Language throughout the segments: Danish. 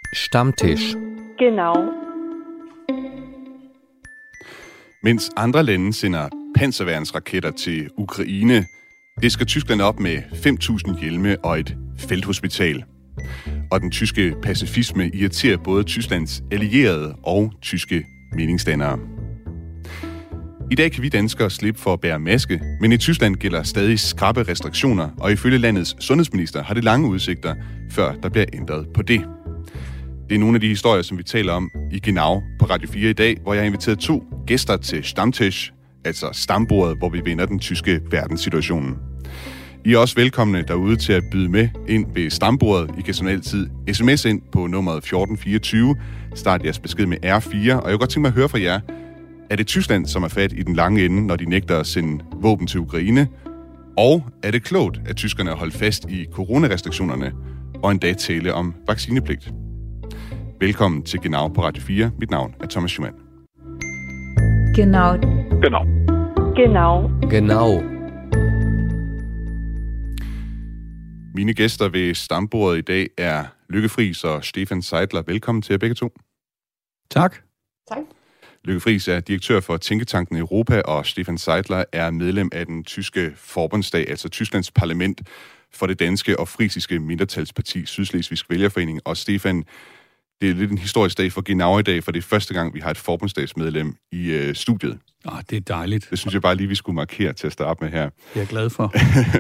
Stammtisch. Genau. Mens andre lande sender panserværnsraketter til Ukraine, disker Tyskland op med 5.000 hjelme og et felthospital. Og den tyske pacifisme irriterer både Tysklands allierede og tyske meningsdannere. I dag kan vi danskere slippe for at bære maske, men i Tyskland gælder stadig skrappe restriktioner, og ifølge landets sundhedsminister har det lange udsigter, før der bliver ændret på det. Det er nogle af de historier, som vi taler om i Genau på Radio 4 i dag, hvor jeg har inviteret 2 gæster til Stammtisch, altså stambordet, hvor vi vender den tyske verdenssituation. I er også velkomne derude til at byde med ind ved stambordet. I kan som altid sms ind på nummeret 1424. Start jeres besked med R4, og jeg vil godt tænke mig at høre fra jer. Er det Tyskland, som er fat i den lange ende, når de nægter at sende våben til Ukraine? Og er det klogt, at tyskerne har holdt fast i coronarestriktionerne og endda tale om vaccinepligt? Velkommen til Genau på Radio 4. Mit navn er Thomas Schumann. Genau. Genau. Genau. Mine gæster ved stambordet i dag er Lykke Friis og Stefan Seidler. Velkommen til jer begge to. Tak. Tak. Lykke Friis er direktør for Tænketanken Europa, og Stefan Seidler er medlem af den tyske forbundsdag, altså Tysklands parlament for det danske og frisiske mindretalsparti Sydslesvigsk Vælgerforening. Og Stefan, det er lidt en historisk dag for Genau i dag, for det er første gang, vi har et forbundsdagsmedlem i studiet. Det er dejligt. Det synes jeg bare lige, vi skulle markere til at starte med her. Det er jeg glad for.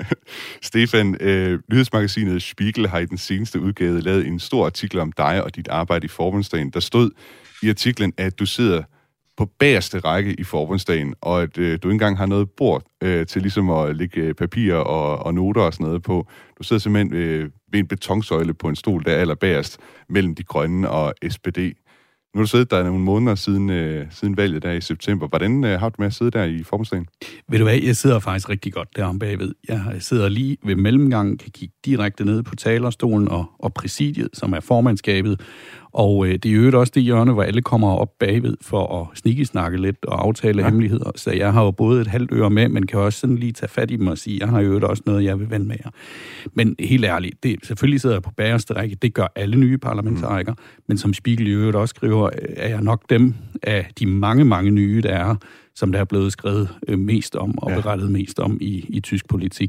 Stefan, nyhedsmagasinet Spiegel har i den seneste udgave lavet en stor artikel om dig og dit arbejde i forbundsdagen. Der stod i artiklen, at du sidder på bagerste række i forbundsdagen, og at du ikke engang har noget bord til ligesom at lægge papirer og noter og sådan noget på. Du sidder simpelthen ved en betonsøjle på en stol, der er allerbagerst mellem de grønne og SPD. Nu har du siddet der nogle måneder siden valget der i september. Hvordan har du med at sidde der i forbundsdagen? Ved du hvad, jeg sidder faktisk rigtig godt derom bagved. Jeg sidder lige ved mellemgangen, kan kigge direkte ned på talerstolen og præsidiet, som er formandskabet. Og det er jo også det hjørne, hvor alle kommer op bagved for at snikkesnakke lidt og aftale hemmeligheder. Så jeg har jo både et halvt øre med, men kan også sådan lige tage fat i dem og sige, jeg har jo også noget, jeg vil vende med jer. Men helt ærligt, selvfølgelig sidder jeg på bagerste række. Det gør alle nye parlamentarikere. Men som Spiegel i øvrigt også skriver, er jeg nok dem af de mange, mange nye, der er, som der er blevet skrevet mest om og berettet mest om i tysk politik.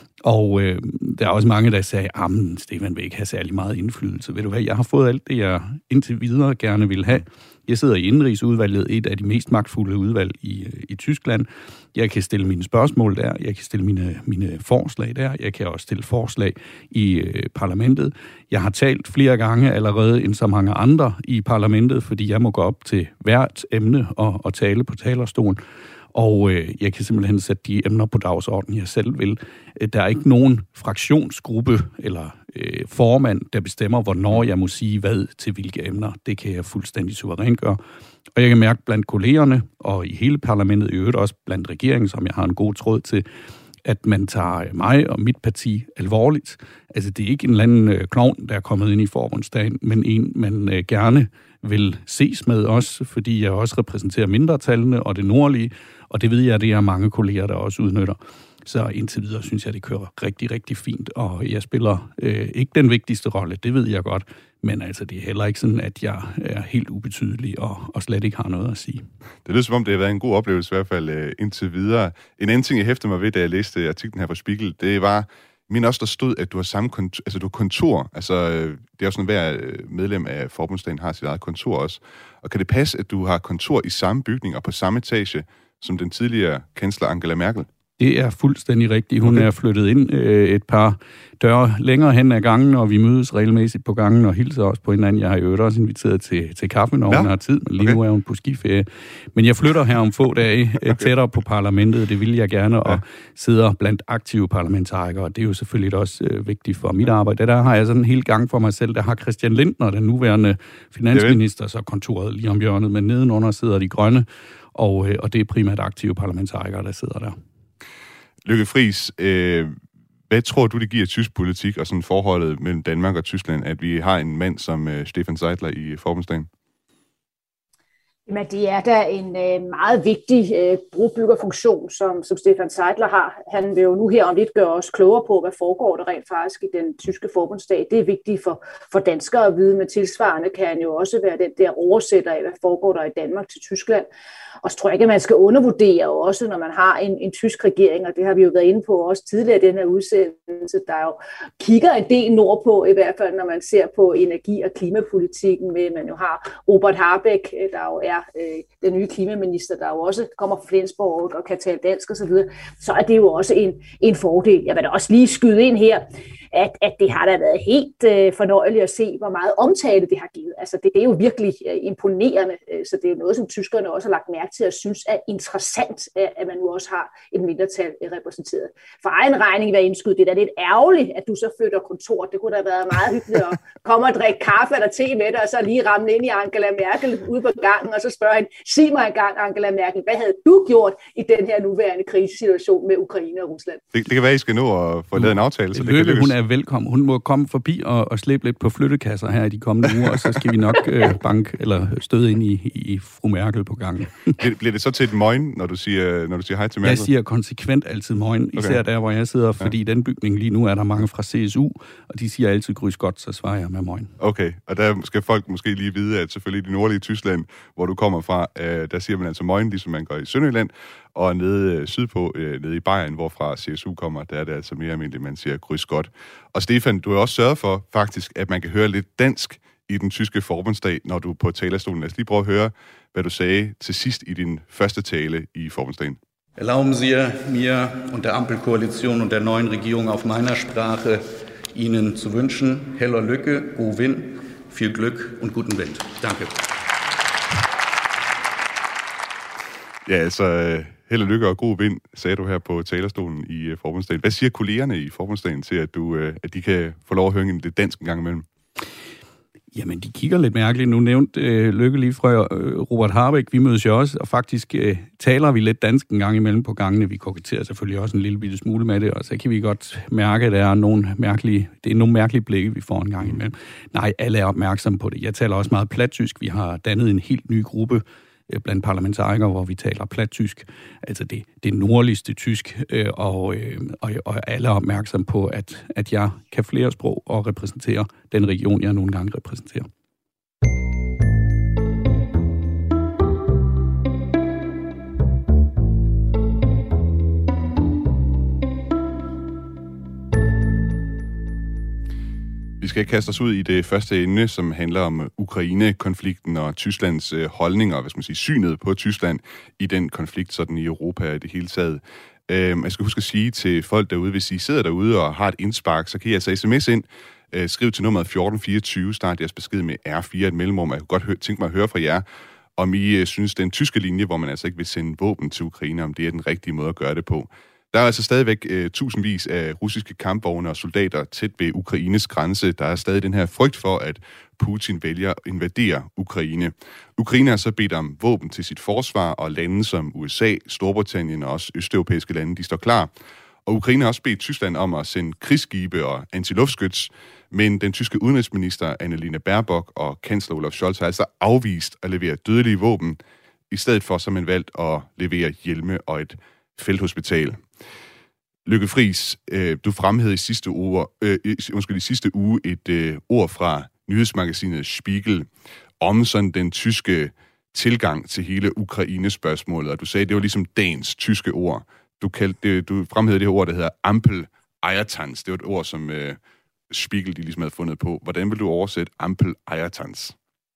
Og der er også mange, der sagde, Stefan vil ikke have særlig meget indflydelse. Ved du hvad, jeg har fået alt det, jeg indtil videre gerne vil have. Jeg sidder i indrigsudvalget, et af de mest magtfulde udvalg i Tyskland. Jeg kan stille mine spørgsmål der, jeg kan stille mine forslag der, jeg kan også stille forslag i parlamentet. Jeg har talt flere gange allerede end så mange andre i parlamentet, fordi jeg må gå op til hvert emne og tale på talerstolen. Og jeg kan simpelthen sætte de emner på dagsordenen, jeg selv vil. Der er ikke nogen fraktionsgruppe eller formand, der bestemmer, hvornår jeg må sige hvad til hvilke emner. Det kan jeg fuldstændig suverænt gøre. Og jeg kan mærke blandt kollegerne, og i hele parlamentet, i øvrigt også blandt regeringen, som jeg har en god tråd til, at man tager mig og mit parti alvorligt. Altså, det er ikke en eller anden klovn, der er kommet ind i forbundsdagen, men en, man gerne vil ses med os, fordi jeg også repræsenterer mindretallene og det nordlige, og det ved jeg, det er mange kolleger, der også udnytter. Så indtil videre synes jeg, det kører rigtig, rigtig fint, og jeg spiller ikke den vigtigste rolle, det ved jeg godt, men altså, det er heller ikke sådan, at jeg er helt ubetydelig og slet ikke har noget at sige. Det lyder som om, det har været en god oplevelse, i hvert fald indtil videre. En anden ting, jeg hæftede mig ved, da jeg læste artiklen her fra Spiegel, det var, også der stod, at du har du har kontor. Altså, det er også sådan, at hver medlem af forbundsdagen har sit eget kontor også. Og kan det passe, at du har kontor i samme bygning og på samme etage som den tidligere kansler Angela Merkel? Det er fuldstændig rigtigt. Hun er flyttet ind et par døre længere hen ad gangen, og vi mødes regelmæssigt på gangen og hilser også på hinanden. Jeg har jo også inviteret til kaffe, når hun har tid, men lige nu er hun på skiferie. Men jeg flytter her om få dage tættere på parlamentet. Det vil jeg gerne, og sidder blandt aktive parlamentarikere. Og det er jo selvfølgelig også vigtigt for mit arbejde. Der har jeg sådan en hel gang for mig selv. Der har Christian Lindner, den nuværende finansminister, så kontoret lige om hjørnet, men nedenunder sidder de grønne, og det er primært aktive parlamentarikere, der sidder der. Lykke Friis, hvad tror du, det giver tysk politik og sådan forholdet mellem Danmark og Tyskland, at vi har en mand som Stefan Seidler i forbundsdagen? Men det er da en meget vigtig brobyggerfunktion, som Stefan Seidler har. Han vil jo nu her om lidt gøre os klogere på, hvad foregår der rent faktisk i den tyske forbundsstat. Det er vigtigt for danskere at vide, men tilsvarende kan han jo også være den der oversætter af, hvad foregår der i Danmark til Tyskland. Og så tror jeg ikke, at man skal undervurdere også, når man har en tysk regering, og det har vi jo været inde på også tidligere i den her udsendelse, der jo kigger en del nordpå, i hvert fald når man ser på energi- og klimapolitikken, med man jo har Robert Habeck, der jo er den nye klimaminister, der jo også kommer fra Flensborg og kan tale dansk osv., så er det jo også en fordel. Jeg vil da også lige skyde ind her, at det har da været helt fornøjeligt at se, hvor meget omtale det har givet. Altså det er jo virkelig imponerende, så det er jo noget, som tyskerne også har lagt mærke til at synes er interessant, at man nu også har et mindretal repræsenteret. For egen regning vil jeg indskyde, det er da lidt ærgerligt, at du så flytter kontor. Det kunne da have været meget hyggeligt at komme og drikke kaffe eller te med dig, og så lige ramme ind i Angela Merkel ude på gangen, og så spørge hende, sig mig engang, Angela Merkel, hvad havde du gjort i den her nuværende krisesituation med Ukraine og Rusland? Det kan være, I skal nå at få lavet en aftale, så det kan lykkes. Hun er velkommen. Hun må komme forbi og slæbe lidt på flyttekasser her i de kommende uger, og så skal vi nok banke eller støde ind i fru Merkel på gangen. Bliver det så til et møgen, når du siger hej til Merkel? Jeg siger konsekvent altid møgen, især der, hvor jeg sidder, fordi i den bygning lige nu er der mange fra CSU, og de siger altid kryds godt, så svarer jeg med møgen. Okay, og der skal folk måske lige vide, at selvfølgelig i det nordlige Tyskland, hvor du kommer fra, der siger man altså møgen, ligesom man gør i Sønderjylland, og nede sydpå, nede i Bayern, hvorfra CSU kommer, der er det altså mere almindeligt, man siger kryds godt. Og Stefan, du har også sørget for faktisk, at man kan høre lidt dansk i den tyske forbundsdag, når du er på talerstolen. Lad os lige prøve at høre, hvad du sagde til sidst i din første tale i forbundsdagen. Erlauben Sie mir und der Ampelkoalition und der neuen Regierung auf meiner Sprache Ihnen zu wünschen, Held og Lykke, god vind, viel Glück und guten Wind. Danke. Ja, altså held og lykke og god vind, sagde du her på talerstolen i forbundsdagen. Hvad siger kollegerne i forbundsdagen til, at de kan få lov at høre lidt dansk en gang imellem? Jamen, de kigger lidt mærkeligt. Nu nævnte Lykke lige fra Robert Habeck. Vi mødes jo også, og faktisk taler vi lidt dansk en gang imellem på gangene. Vi koketterer selvfølgelig også en lille bitte smule med det, og så kan vi godt mærke, at det er nogle mærkelige blikke, vi får en gang imellem. Nej, alle er opmærksomme på det. Jeg taler også meget plattysk. Vi har dannet en helt ny gruppe blandt parlamentarikere, hvor vi taler plattysk, altså det nordligste tysk, og alle er opmærksom på, at jeg kan flere sprog og repræsentere den region, jeg nogle gange repræsenterer. Vi skal kaste os ud i det første emne, som handler om Ukraine-konflikten og Tysklands holdninger, synet på Tyskland i den konflikt, sådan i Europa i det hele taget. Jeg skal huske at sige til folk derude, hvis I sidder derude og har et indspark, så kan I altså sms ind, skriv til nummeret 1424, start jeres besked med R4, et mellemrum. Jeg kunne godt tænke mig at høre fra jer, om I synes, den tyske linje, hvor man altså ikke vil sende våben til Ukraine, om det er den rigtige måde at gøre det på. Der er altså stadigvæk tusindvis af russiske kampvogne og soldater tæt ved Ukraines grænse. Der er stadig den her frygt for, at Putin vælger at invadere Ukraine. Ukraine har så bedt om våben til sit forsvar, og lande som USA, Storbritannien og også østeuropæiske lande, de står klar. Og Ukraine har også bedt Tyskland om at sende krigsskibe og antiluftskyts, men den tyske udenrigsminister Annalena Baerbock og kansler Olaf Scholz har altså afvist at levere dødelige våben, i stedet for så man valgt at levere hjelme og et felthospital. Lykke Friis, du fremhævede i sidste uge et ord fra nyhedsmagasinet Spiegel om sådan den tyske tilgang til hele Ukraine-spørgsmålet, og du sagde, at det var ligesom dagens tyske ord. Du fremhævede det her ord, der hedder Ampel-Eiertanz. Det var et ord, som Spiegel de ligesom havde fundet på. Hvordan vil du oversætte Ampel-Eiertanz?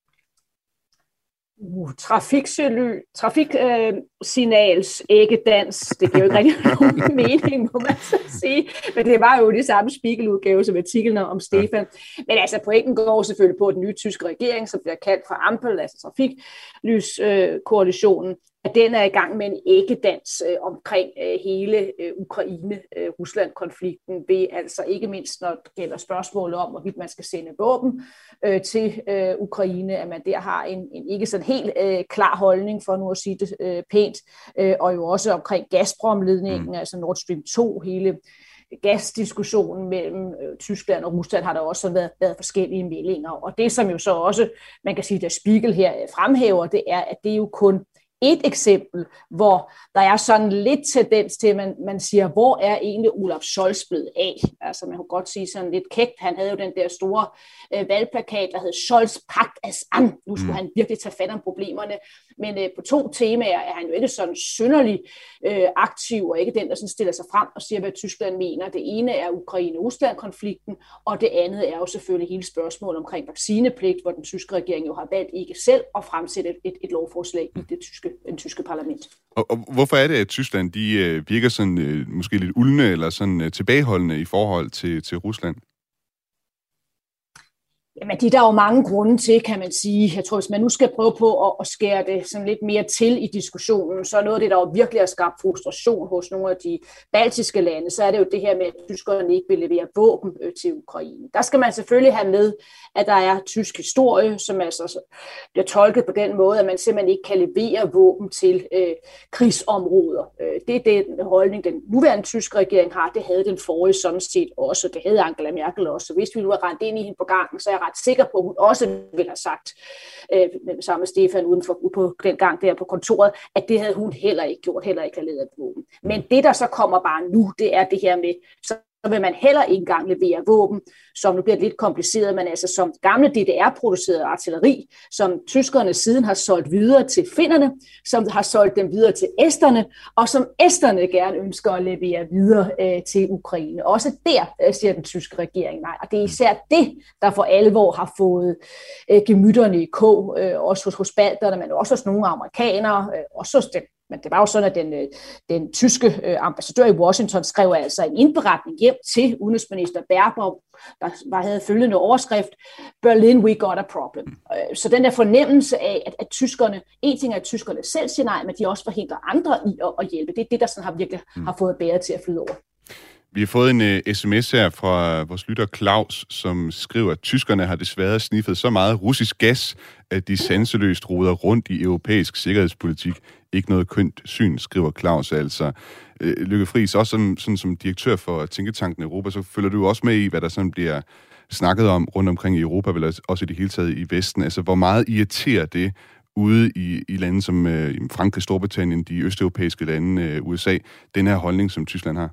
Trafiksignals æggedans. Det giver jo ikke rigtig nogen mening, må man så sige. Men det var jo det samme Spiegel-udgave som artiklen om Stefan. Men altså pointen går selvfølgelig på den nye tyske regering, som bliver kaldt for Ampel, altså trafiklyskoalitionen, at den er i gang med en æggedans omkring hele Ukraine-Rusland-konflikten, ved altså ikke mindst, når det gælder spørgsmålet om, hvorvidt man skal sende våben til Ukraine, at man der har en ikke sådan helt klar holdning, for nu at sige det pænt, og jo også omkring Gazprom-ledningen, altså Nord Stream 2, gasdiskussionen mellem Tyskland og Rusland har der også været forskellige meldinger. Og det, som jo så også, man kan sige, der Spiegel her fremhæver, det er, at det er jo kun et eksempel, hvor der er sådan lidt tendens til, at man siger, hvor er egentlig Olaf Scholz blevet af? Altså man kunne godt sige sådan lidt kægt. Han havde jo den der store valgplakat, der hed Scholz packt es an. Nu skulle han virkelig tage fat om problemerne. Men på 2 temaer er han jo ikke sådan synderlig aktiv, og ikke den, der sådan stiller sig frem og siger, hvad Tyskland mener. Det ene er Ukraine-Rusland-konflikten, og det andet er jo selvfølgelig hele spørgsmålet omkring vaccinepligt, hvor den tyske regering jo har valgt ikke selv at fremsætte et lovforslag i den tyske parlament. Og hvorfor er det, at Tyskland de virker sådan måske lidt uldne eller sådan tilbageholdende i forhold til Rusland? Jamen, der er jo mange grunde til, kan man sige. Jeg tror, hvis man nu skal prøve på at skære det sådan lidt mere til i diskussionen, så er noget af det, der jo virkelig har skabt frustration hos nogle af de baltiske lande, så er det jo det her med, at tyskerne ikke vil levere våben til Ukraine. Der skal man selvfølgelig have med, at der er tysk historie, som altså bliver tolket på den måde, at man simpelthen ikke kan levere våben til krigsområder. Det er den holdning, den nuværende tyske regering har. Det havde den forrige sådan set også. Det havde Angela Merkel også. Så hvis vi nu har rendt ind i hende på gangen, så er jeg ret sikker på, at hun også ville have sagt, sammen med Stefan udenfor på den gang der på kontoret, at det havde hun heller ikke gjort, heller ikke have ledet våben. Men det, der så kommer bare nu, det er det her med, så vil man heller ikke engang levere våben, som nu bliver lidt kompliceret, men altså som gamle DDR-produceret artilleri, som tyskerne siden har solgt videre til finnerne, som har solgt dem videre til esterne, og som esterne gerne ønsker at levere videre til Ukraine. Også der siger den tyske regering nej, og det er især det, der for alvor har fået gemytterne i kog, også hos balterne, men også hos nogle amerikanere, også hos dem. Men det var jo sådan, at den tyske ambassadør i Washington skrev altså en indberetning hjem til udenrigsminister Baerbock, der havde følgende overskrift, Berlin, we got a problem. Så den der fornemmelse af, at tyskerne, en ting er, at tyskerne selv siger nej, men de også forhindrer andre i at hjælpe. Det er det, der sådan virkelig har fået bæret til at flyde over. Vi har fået en sms her fra vores lytter Claus, som skriver, at tyskerne har desværre sniffet så meget russisk gas, at de sanseløst roder rundt i europæisk sikkerhedspolitik. Ikke noget kønt syn, skriver Claus altså. Lykke Friis, også som direktør for Tænketanken Europa, så følger du også med i, hvad der sådan bliver snakket om rundt omkring i Europa, eller også i det hele taget i Vesten. Altså, hvor meget irriterer det ude i lande som Frankrig, Storbritannien, de østeuropæiske lande, USA, den her holdning, som Tyskland har?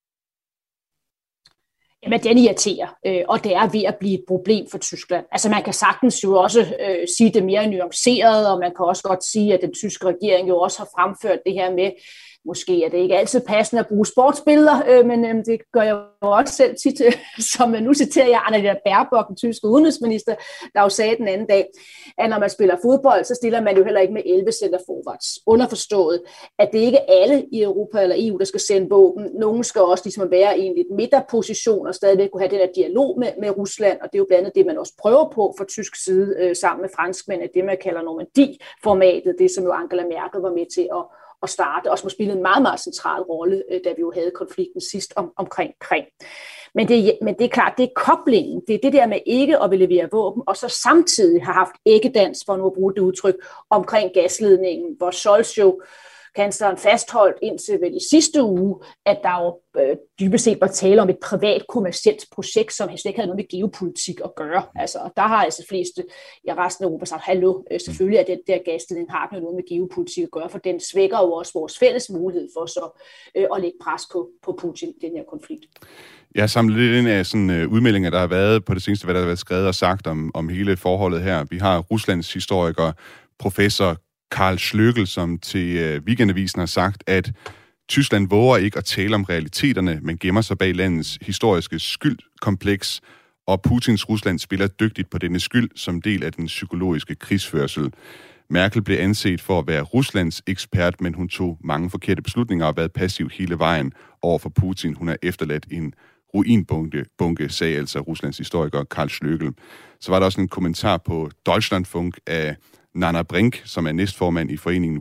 Jamen, den irriterer, og det er ved at blive et problem for Tyskland. Altså, man kan sagtens jo også sige det mere nuanceret, og man kan også godt sige, at den tyske regering jo også har fremført det her med, måske er det ikke altid passende at bruge sportsbilleder, men det gør jeg jo også selv tit, som nu citerer jeg Annalena Baerbock, den tyske udenrigsminister, der jo sagde den anden dag, at når man spiller fodbold, så stiller man jo heller ikke med 11 center forwards. Underforstået, at det ikke er alle i Europa eller EU, der skal sende våben. Nogle skal også ligesom være i en lidt midterposition og stadigvæk kunne have den her dialog med Rusland, og det er jo blandt andet det, man også prøver på fra tysk side sammen med franskmænd, det man kalder Normandie-formatet, det som jo Angela Merkel var med til at starte, også må spille en meget, meget central rolle, da vi jo havde konflikten sidst omkring Krim. Men det er klart, det er koblingen, det er det der med ikke at vil levere våben, og så samtidig har haft æggedans, for nu at bruge det udtryk, omkring gasledningen, hvor Scholz jo kansleren fastholdt indtil vel i sidste uge, at der jo dybest set var tale om et privat kommercielt projekt, som slet ikke havde noget med geopolitik at gøre. Altså, og der har altså fleste i resten af Europa sagt, hallo, selvfølgelig at den der gasledning har noget med geopolitik at gøre, for den svækker jo også vores fælles mulighed for så at lægge pres på Putin i den her konflikt. Jeg har samlet lidt ind af sådan udmeldinger, der har været på det seneste, hvad der har været skrevet og sagt om hele forholdet her. Vi har Ruslands historiker, professor Karl Schlögel, som til Weekendavisen har sagt, at Tyskland våger ikke at tale om realiteterne, men gemmer sig bag landets historiske skyldkompleks, og Putins Rusland spiller dygtigt på denne skyld som del af den psykologiske krigsførsel. Merkel blev anset for at være Ruslands ekspert, men hun tog mange forkerte beslutninger og har været passiv hele vejen over for Putin. Hun har efterladt en ruinbunke, sagde altså Ruslands historiker Karl Schlögel. Så var der også en kommentar på Deutschlandfunk af Nana Brink, som er næstformand i foreningen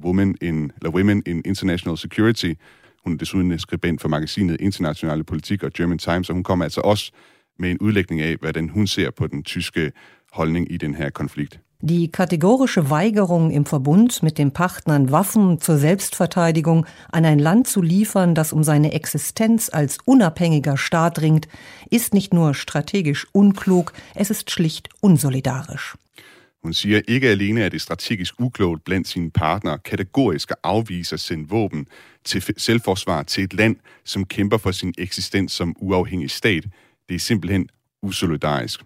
Women in International Security. Hun er desuden skribent for magasinet Internationale Politik og German Times, og hun kommer altså også med en udlægning af, hvordan hun ser på den tyske holdning i den her konflikt. Die kategorische Weigerung im Verbund mit den Partnern, Waffen zur Selbstverteidigung an ein Land zu liefern, das seine Existenz als unabhängiger Staat ringt, ist nicht nur strategisk uklog, es ist schlicht unsolidarisch. Hun siger, ikke alene er det strategisk uklogt blandt sine partnere kategorisk at afvise at sende våben til selvforsvar til et land, som kæmper for sin eksistens som uafhængig stat. Det er simpelthen usolidarisk.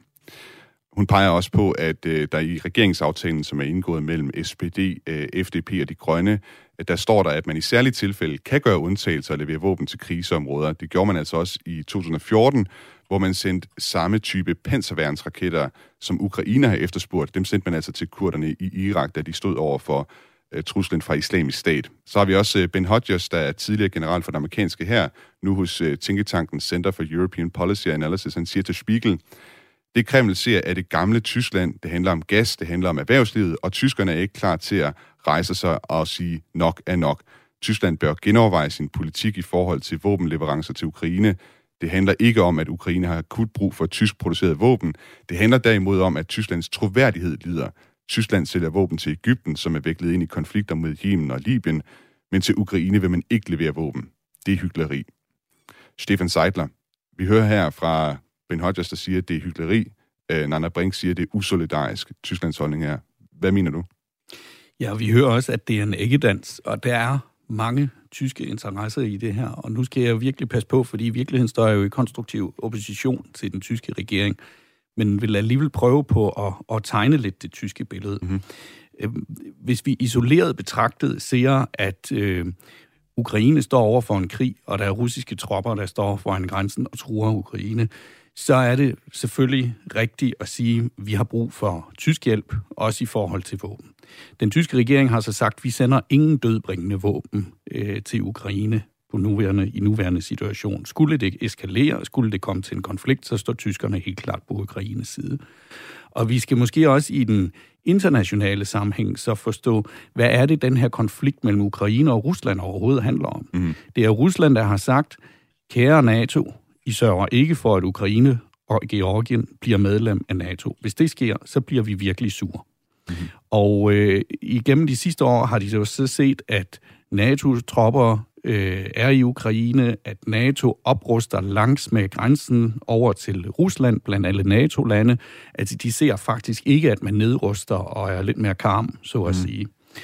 Hun peger også på, at der i regeringsaftalen, som er indgået mellem SPD, FDP og De Grønne, der står der, at man i særlige tilfælde kan gøre undtagelser og levere våben til kriseområder. Det gjorde man altså også i 2014, hvor man sendte samme type panserværnsraketter, som Ukraine har efterspurgt. Dem sendte man altså til kurderne i Irak, da de stod over for truslen fra Islamisk Stat. Så har vi også Ben Hodges, der er tidligere general for den amerikanske hær, nu hos tænketanken Center for European Policy Analysis. Han siger til Spiegel, det Kreml ser er det gamle Tyskland. Det handler om gas, det handler om erhvervslivet, og tyskerne er ikke klar til at rejse sig og sige nok er nok. Tyskland bør genoverveje sin politik i forhold til våbenleverancer til Ukraine. Det handler ikke om, at Ukraine har akut brug for tyskproduceret våben. Det handler derimod om, at Tysklands troværdighed lider. Tyskland sælger våben til Egypten, som er viklet ind i konflikter mod Yemen og Libyen, men til Ukraine vil man ikke levere våben. Det er hykleri. Stefan Seidler, vi hører her fra Ben Hodges, der siger, at det er hykleri. Nanna Brink siger, at det er usolidarisk. Tysklands holdning er. Hvad mener du? Ja, vi hører også, at det er en æggedans, og der er mange tyske interesser i det her. Og nu skal jeg virkelig passe på, fordi i virkeligheden står jeg jo i konstruktiv opposition til den tyske regering, men vil alligevel prøve på at tegne lidt det tyske billede. Mm-hmm. Hvis vi isoleret betragtet ser, at Ukraine står over for en krig, og der er russiske tropper, der står foran grænsen og truer Ukraine, så er det selvfølgelig rigtigt at sige, at vi har brug for tysk hjælp, også i forhold til våben. Den tyske regering har så sagt, at vi sender ingen dødbringende våben til Ukraine i nuværende situation. Skulle det eskalere, skulle det komme til en konflikt, så står tyskerne helt klart på Ukraines side. Og vi skal måske også i den internationale sammenhæng så forstå, hvad er det, den her konflikt mellem Ukraine og Rusland overhovedet handler om. Mm. Det er Rusland, der har sagt, kære NATO, I sørger ikke for, at Ukraine og Georgien bliver medlem af NATO. Hvis det sker, så bliver vi virkelig sure. Mm-hmm. Og igennem de sidste år har de så set, at NATO's tropper er i Ukraine, at NATO opruster langs med grænsen over til Rusland, blandt alle NATO-lande. Altså, de ser faktisk ikke, at man nedruster og er lidt mere kalm, så at sige.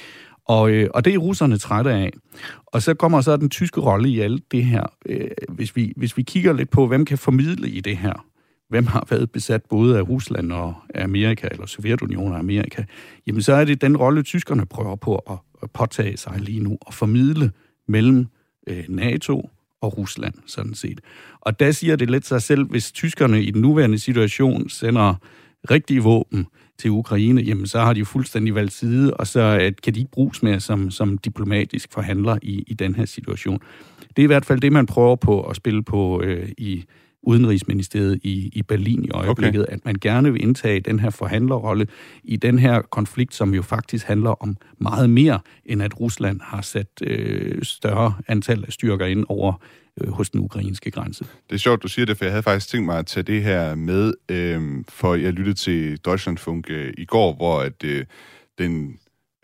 Og det er russerne trætte af. Og så kommer så den tyske rolle i alt det her. Hvis vi kigger lidt på, hvem kan formidle i det her, hvem har været besat både af Rusland og af Amerika, eller Sovjetunionen og Amerika, jamen så er det den rolle, tyskerne prøver på at påtage sig lige nu, og formidle mellem NATO og Rusland, sådan set. Og der siger det lidt sig selv, hvis tyskerne i den nuværende situation sender rigtige våben til Ukraine, jamen så har de jo fuldstændig valgt side, og så kan de ikke bruges mere som diplomatisk forhandler i den her situation. Det er i hvert fald det, man prøver på at spille på i Udenrigsministeriet i Berlin i øjeblikket, okay. At man gerne vil indtage den her forhandlerrolle i den her konflikt, som jo faktisk handler om meget mere, end at Rusland har sat større antal af styrker ind over hos den ukrainske grænse. Det er sjovt, du siger det, for jeg havde faktisk tænkt mig at tage det her med, for jeg lyttede til Deutschlandfunk i går, hvor at den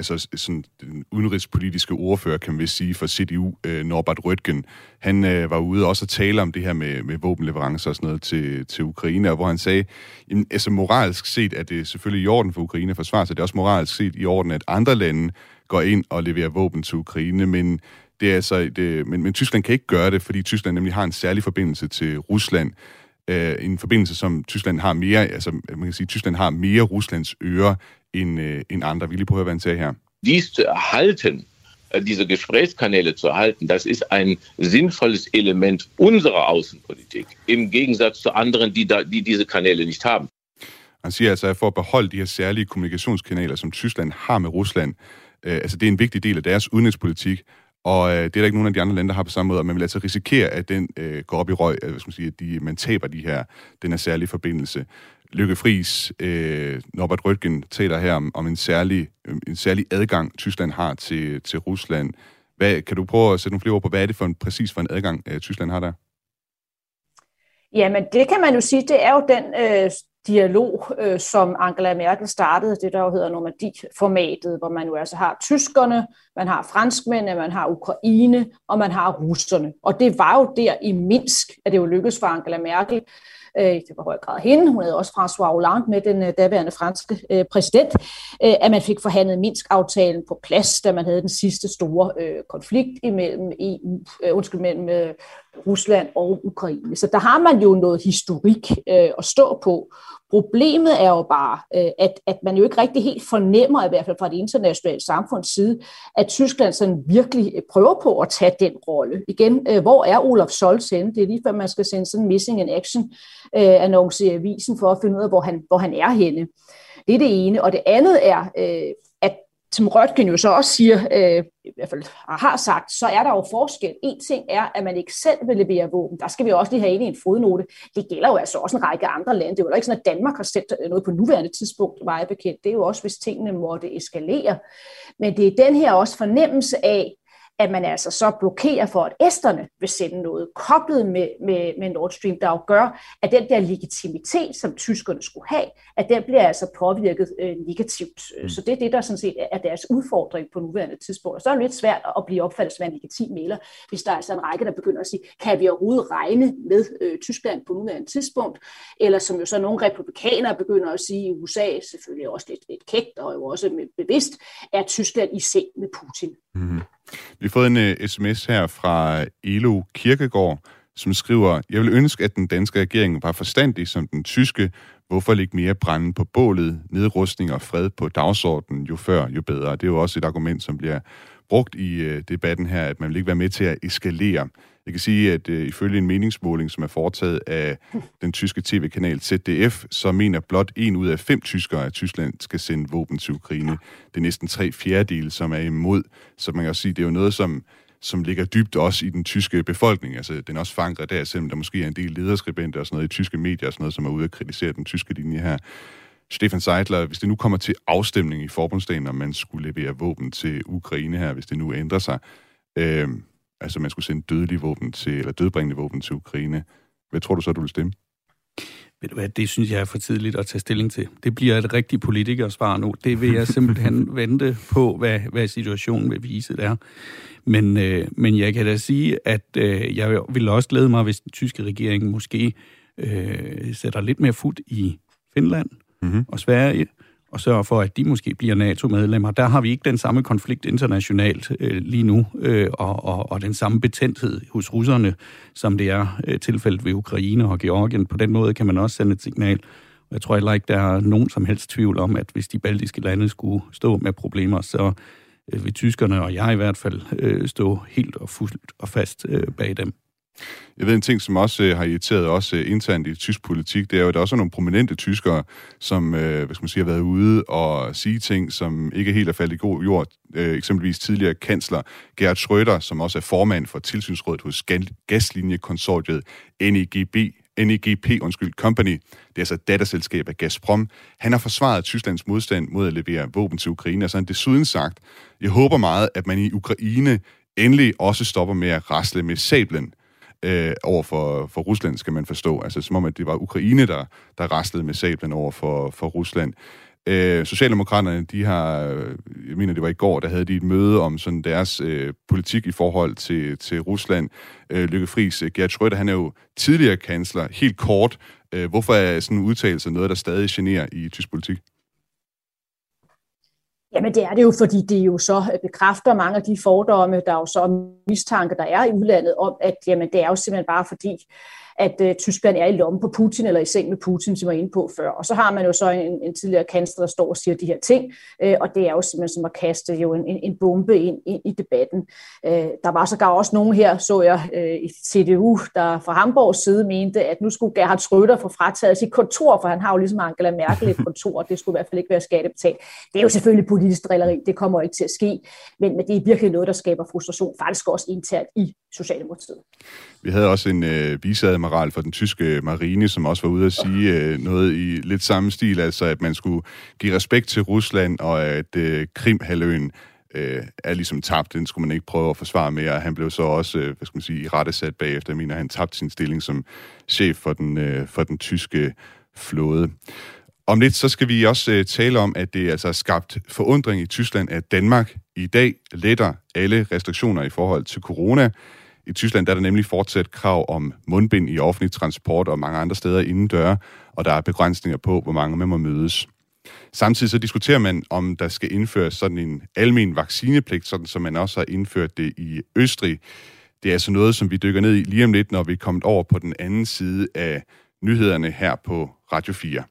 udenrigspolitiske ordfører, kan vi sige, for CDU, Norbert Röttgen, han var ude også at tale om det her med våbenleverancer og sådan noget til Ukraine, og hvor han sagde, altså moralsk set er det selvfølgelig i orden for Ukraine at forsvare sig, det er også moralsk set i orden, at andre lande går ind og leverer våben til Ukraine, men det er altså, men Tyskland kan ikke gøre det, fordi Tyskland nemlig har en særlig forbindelse til Rusland. En forbindelse, som Tyskland har mere, altså man kan sige, Tyskland har mere Ruslands øre end andre. Vi lige prøve, hvad han sagde her. Dies zu erhalten, diese Gesprächskanäle zu erhalten, das ist ein sinnvolles Element unserer Außenpolitik, im Gegensatz zu anderen, die diese Kanäle nicht haben. Han siger altså, at for at beholde de her særlige kommunikationskanaler, som Tyskland har med Rusland, altså det er en vigtig del af deres udenrigspolitik, og det er der ikke nogen af de andre lande, der har på samme måde, og man vil altså risikere, at den går op i røg, at man taber den her særlige forbindelse. Lykke Friis, Norbert Röttgen taler her om en særlig adgang, Tyskland har til Rusland. Kan du prøve at sætte nogle flere ord på, hvad er det præcis for en adgang, Tyskland har der? Jamen, det kan man jo sige, det er jo den dialog, som Angela Merkel startede, det der jo hedder Normandie-formatet, hvor man jo altså har tyskerne, man har franskmændene, man har Ukraine, og man har russerne. Og det var jo der i Minsk, at det jo lykkedes for Angela Merkel, det var i høj grad hende, hun havde også François Hollande med, den daværende franske præsident, at man fik forhandlet Minsk-aftalen på plads, da man havde den sidste store konflikt mellem mellem Rusland og Ukraine. Så der har man jo noget historik at stå på. Problemet er jo bare, at man jo ikke rigtig helt fornemmer, i hvert fald fra det internationale samfunds side, at Tyskland sådan virkelig prøver på at tage den rolle. Igen, hvor er Olaf Scholz henne? Det er lige før man skal sende sådan en missing in action annonce i avisen for at finde ud af, hvor han er henne. Det er det ene. Og det andet er, at som Røttgen jo så også siger, i hvert fald har sagt, så er der jo forskel. En ting er, at man ikke selv vil levere våben. Der skal vi også lige have ind i en fodnote. Det gælder jo altså også en række andre lande. Det er jo ikke sådan, at Danmark har sendt noget på nuværende tidspunkt, meget bekendt. Det er jo også, hvis tingene måtte eskalere. Men det er den her også fornemmelse af, at man altså så blokerer for, at esterne vil sende noget koblet med Nord Stream, der jo gør, at den der legitimitet, som tyskerne skulle have, at den bliver altså påvirket negativt. Så det er det, der sådan set er deres udfordring på nuværende tidspunkt. Og så er det lidt svært at blive opfattet som en legitim mægler, hvis der er altså en række, der begynder at sige, kan vi overhovedet regne med Tyskland på nuværende tidspunkt? Eller som jo så nogle republikanere begynder at sige i USA, selvfølgelig også lidt kægt og jo også bevidst, er Tyskland i seng med Putin. Mm-hmm. Vi har fået en sms her fra Elo Kirkegaard, som skriver, jeg vil ønske, at den danske regering var forstandig som den tyske. Hvorfor lægge mere brænde på bålet? Nedrustning og fred på dagsordenen, jo før, jo bedre. Det er jo også et argument, som bliver brugt i debatten her, at man vil ikke være med til at eskalere. Jeg kan sige, at ifølge en meningsmåling, som er foretaget af den tyske tv-kanal ZDF, så mener blot 1 ud af 5 tyskere, at Tyskland skal sende våben til Ukraine. Det er næsten 3/4, som er imod. Så man kan også sige, at det er jo noget, som ligger dybt også i den tyske befolkning. Altså, den er også forankret der, selvom der måske er en del lederskribenter og sådan noget i tyske medier og sådan noget, som er ude at kritisere den tyske linje her. Stefan Seidler, hvis det nu kommer til afstemning i forbundsdagen, om man skulle levere våben til Ukraine her, hvis det nu ændrer sig, altså man skulle sende dødbringende våben til Ukraine, hvad tror du så, du vil stemme? Ved du hvad, det synes jeg er for tidligt at tage stilling til. Det bliver et rigtigt politikersvar nu. Det vil jeg simpelthen vente på, hvad situationen vil vise der. Men jeg kan da sige, at jeg vil også glæde mig, hvis den tyske regering måske sætter lidt mere fod i Finland og Sverige, og sørger for, at de måske bliver NATO-medlemmer. Der har vi ikke den samme konflikt internationalt lige nu, og den samme betændthed hos russerne, som det er tilfældet ved Ukraine og Georgien. På den måde kan man også sende et signal. Og jeg tror heller ikke, der er nogen som helst tvivl om, at hvis de baltiske lande skulle stå med problemer, så vil tyskerne, og jeg i hvert fald, stå helt og fuldt og fast bag dem. Jeg ved en ting, som også har irriteret også internt i tysk politik, det er jo, at der også er nogle prominente tyskere, som har været ude og sige ting, som ikke helt er faldet i god jord. Eksempelvis tidligere kansler Gerhard Schröder, som også er formand for tilsynsrådet hos gaslinjekonsortiet NEGP Company. Det er altså et datterselskab af Gazprom. Han har forsvaret Tysklands modstand mod at levere våben til Ukraine, og så har han desuden sagt, jeg håber meget, at man i Ukraine endelig også stopper med at rasle med sablen over for Rusland, skal man forstå. Altså som om, at det var Ukraine, der raslede med sablen over for Rusland. Socialdemokraterne, de har, jeg mener det var i går, der havde de et møde om sådan deres politik i forhold til Rusland. Lykke Friis, Gerhard Schröder, han er jo tidligere kansler. Helt kort, hvorfor er sådan en udtalelse noget, der stadig generer i tysk politik? Jamen det er det jo, fordi det jo så bekræfter mange af de fordomme, der jo så mistanke, der er i udlandet om, at jamen, det er jo simpelthen bare fordi, at Tyskland er i lommen på Putin, eller i seng med Putin, som jeg var inde på før. Og så har man jo så en tidligere kansler, der står og siger de her ting, og det er jo simpelthen som at kaste jo en bombe ind i debatten. Der var sågar også nogen her, så jeg i CDU, der fra Hamburgs side mente, at nu skulle Gerhard Schröder få frataget sit kontor, for han har jo ligesom Angela Merkel et kontor, og det skulle i hvert fald ikke være skattebetalt. Det er jo selvfølgelig politisk drilleri, det kommer ikke til at ske, men det er virkelig noget, der skaber frustration, faktisk også internt i Socialdemokratiet. Vi havde også en viceadmiral for den tyske marine, som også var ude at sige noget i lidt samme stil, altså at man skulle give respekt til Rusland, og at Krimhalvøen er ligesom tabt, den skulle man ikke prøve at forsvare mere. Han blev så også, irettesat bagefter. Jeg mener, han tabte sin stilling som chef for den tyske flåde. Om lidt så skal vi også tale om, at det altså har skabt forundring i Tyskland, at Danmark i dag letter alle restriktioner i forhold til corona. I Tyskland der er der nemlig fortsat krav om mundbind i offentlig transport og mange andre steder indendøre, og der er begrænsninger på, hvor mange man må mødes. Samtidig så diskuterer man, om der skal indføres sådan en almen vaccinepligt, sådan som man også har indført det i Østrig. Det er altså noget, som vi dykker ned i lige om lidt, når vi er kommet over på den anden side af nyhederne her på Radio 4.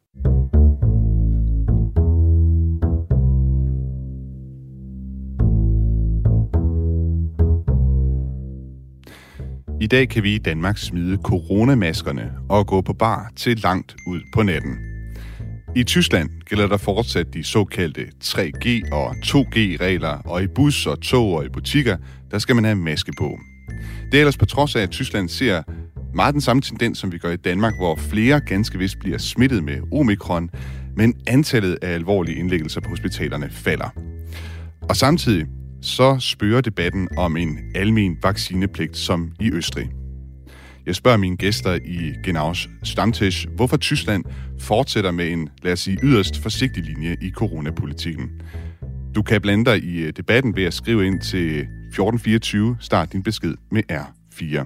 I dag kan vi i Danmark smide coronamaskerne og gå på bar til langt ud på natten. I Tyskland gælder der fortsat de såkaldte 3G og 2G-regler, og i bus og tog og i butikker, der skal man have maske på. Det er ellers på trods af, at Tyskland ser meget den samme tendens, som vi gør i Danmark, hvor flere ganske vist bliver smittet med omikron, men antallet af alvorlige indlæggelser på hospitalerne falder. Og samtidig så spørger debatten om en almen vaccinepligt som i Østrig. Jeg spørger mine gæster i Genaus Stammtisch, hvorfor Tyskland fortsætter med en, lad os sige, yderst forsigtig linje i coronapolitikken. Du kan blande dig i debatten ved at skrive ind til 1424. Start din besked med R4.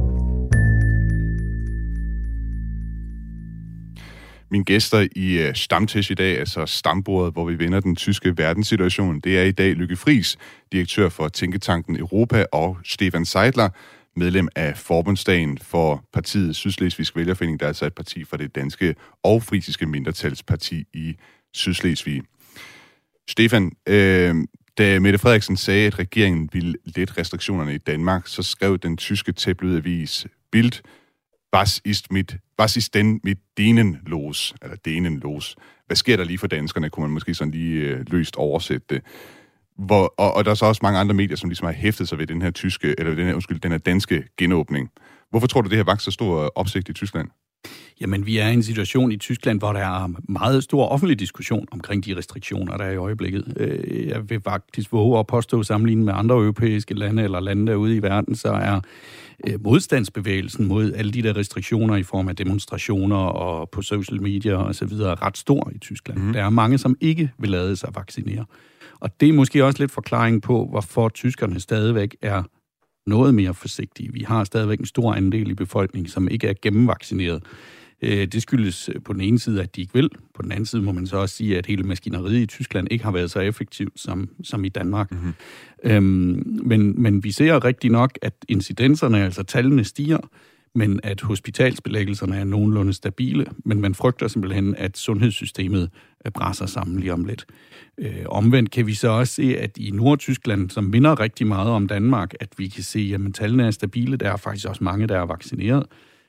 Mine gæster i Stammtisch i dag, altså stambordet, hvor vi vender den tyske verdenssituation, det er i dag Lykke Friis, direktør for Tænketanken Europa, og Stefan Seidler, medlem af Forbundsdagen for partiet Sydslesvigsk Vælgerforening, der er altså et parti for det danske og frisiske mindretalsparti i Sydslesvig. Stefan, da Mette Frederiksen sagde, at regeringen ville lette restriktionerne i Danmark, så skrev den tyske tabloidavis Bild, Was ist denn mit denen los? Eller denen los. Hvad sker der lige for danskerne? Kunne man måske sådan lige løst oversætte det. Og der er så også mange andre medier, som ligesom har hæftet sig ved den her danske genåbning. Hvorfor tror du, det her vakt så stor opsigt i Tyskland? Jamen, vi er i en situation i Tyskland, hvor der er meget stor offentlig diskussion omkring de restriktioner, der er i øjeblikket. Jeg vil faktisk våge at påstå, sammenlignet med andre europæiske lande eller lande derude i verden, så er modstandsbevægelsen mod alle de der restriktioner i form af demonstrationer og på social media og så videre ret stor i Tyskland. Der er mange, som ikke vil lade sig vaccinere. Og det er måske også lidt forklaring på, hvorfor tyskerne stadigvæk er noget mere forsigtige. Vi har stadigvæk en stor andel i befolkningen, som ikke er gennemvaccineret. Det skyldes på den ene side, at de ikke vil. På den anden side må man så også sige, at hele maskineriet i Tyskland ikke har været så effektivt som i Danmark. Men vi ser rigtig nok, at incidenserne, altså tallene stiger, men at hospitalsbelæggelserne er nogenlunde stabile, men man frygter simpelthen, at sundhedssystemet braser sammen lige om lidt. Omvendt kan vi så også se, at i Nordtyskland, som minder rigtig meget om Danmark, at vi kan se, at tallene er stabile, der er faktisk også mange, der er vaccineret.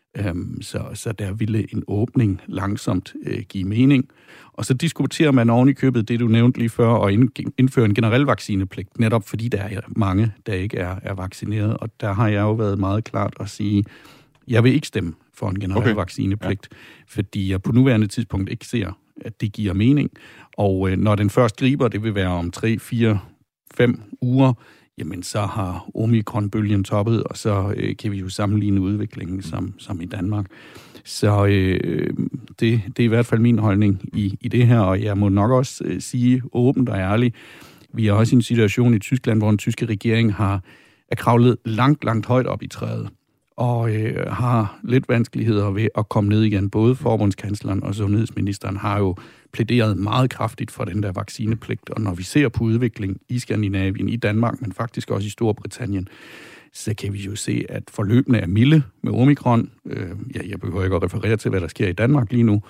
Så der ville en åbning langsomt give mening. Og så diskuterer man oven i købet det, du nævnte lige før, og indføre en generel vaccinepligt, netop fordi der er mange, der ikke er vaccineret. Og der har jeg jo været meget klart at sige, jeg vil ikke stemme for en generel vaccinepligt, fordi jeg på nuværende tidspunkt ikke ser, at det giver mening. Og når den først griber, det vil være om 3, 4, 5 uger, jamen så har omikron-bølgen toppet, og så kan vi jo sammenligne udviklingen som i Danmark. Så det er i hvert fald min holdning i det her, og jeg må nok også sige åbent og ærligt, vi er også i en situation i Tyskland, hvor den tyske regering er kravlet langt højt op i træet, og har lidt vanskeligheder ved at komme ned igen. Både forbundskansleren og sundhedsministeren har jo plæderet meget kraftigt for den der vaccinepligt, og når vi ser på udvikling i Skandinavien, i Danmark, men faktisk også i Storbritannien, så kan vi jo se, at forløbene er milde med omikron. Jeg behøver ikke at referere til, hvad der sker i Danmark lige nu,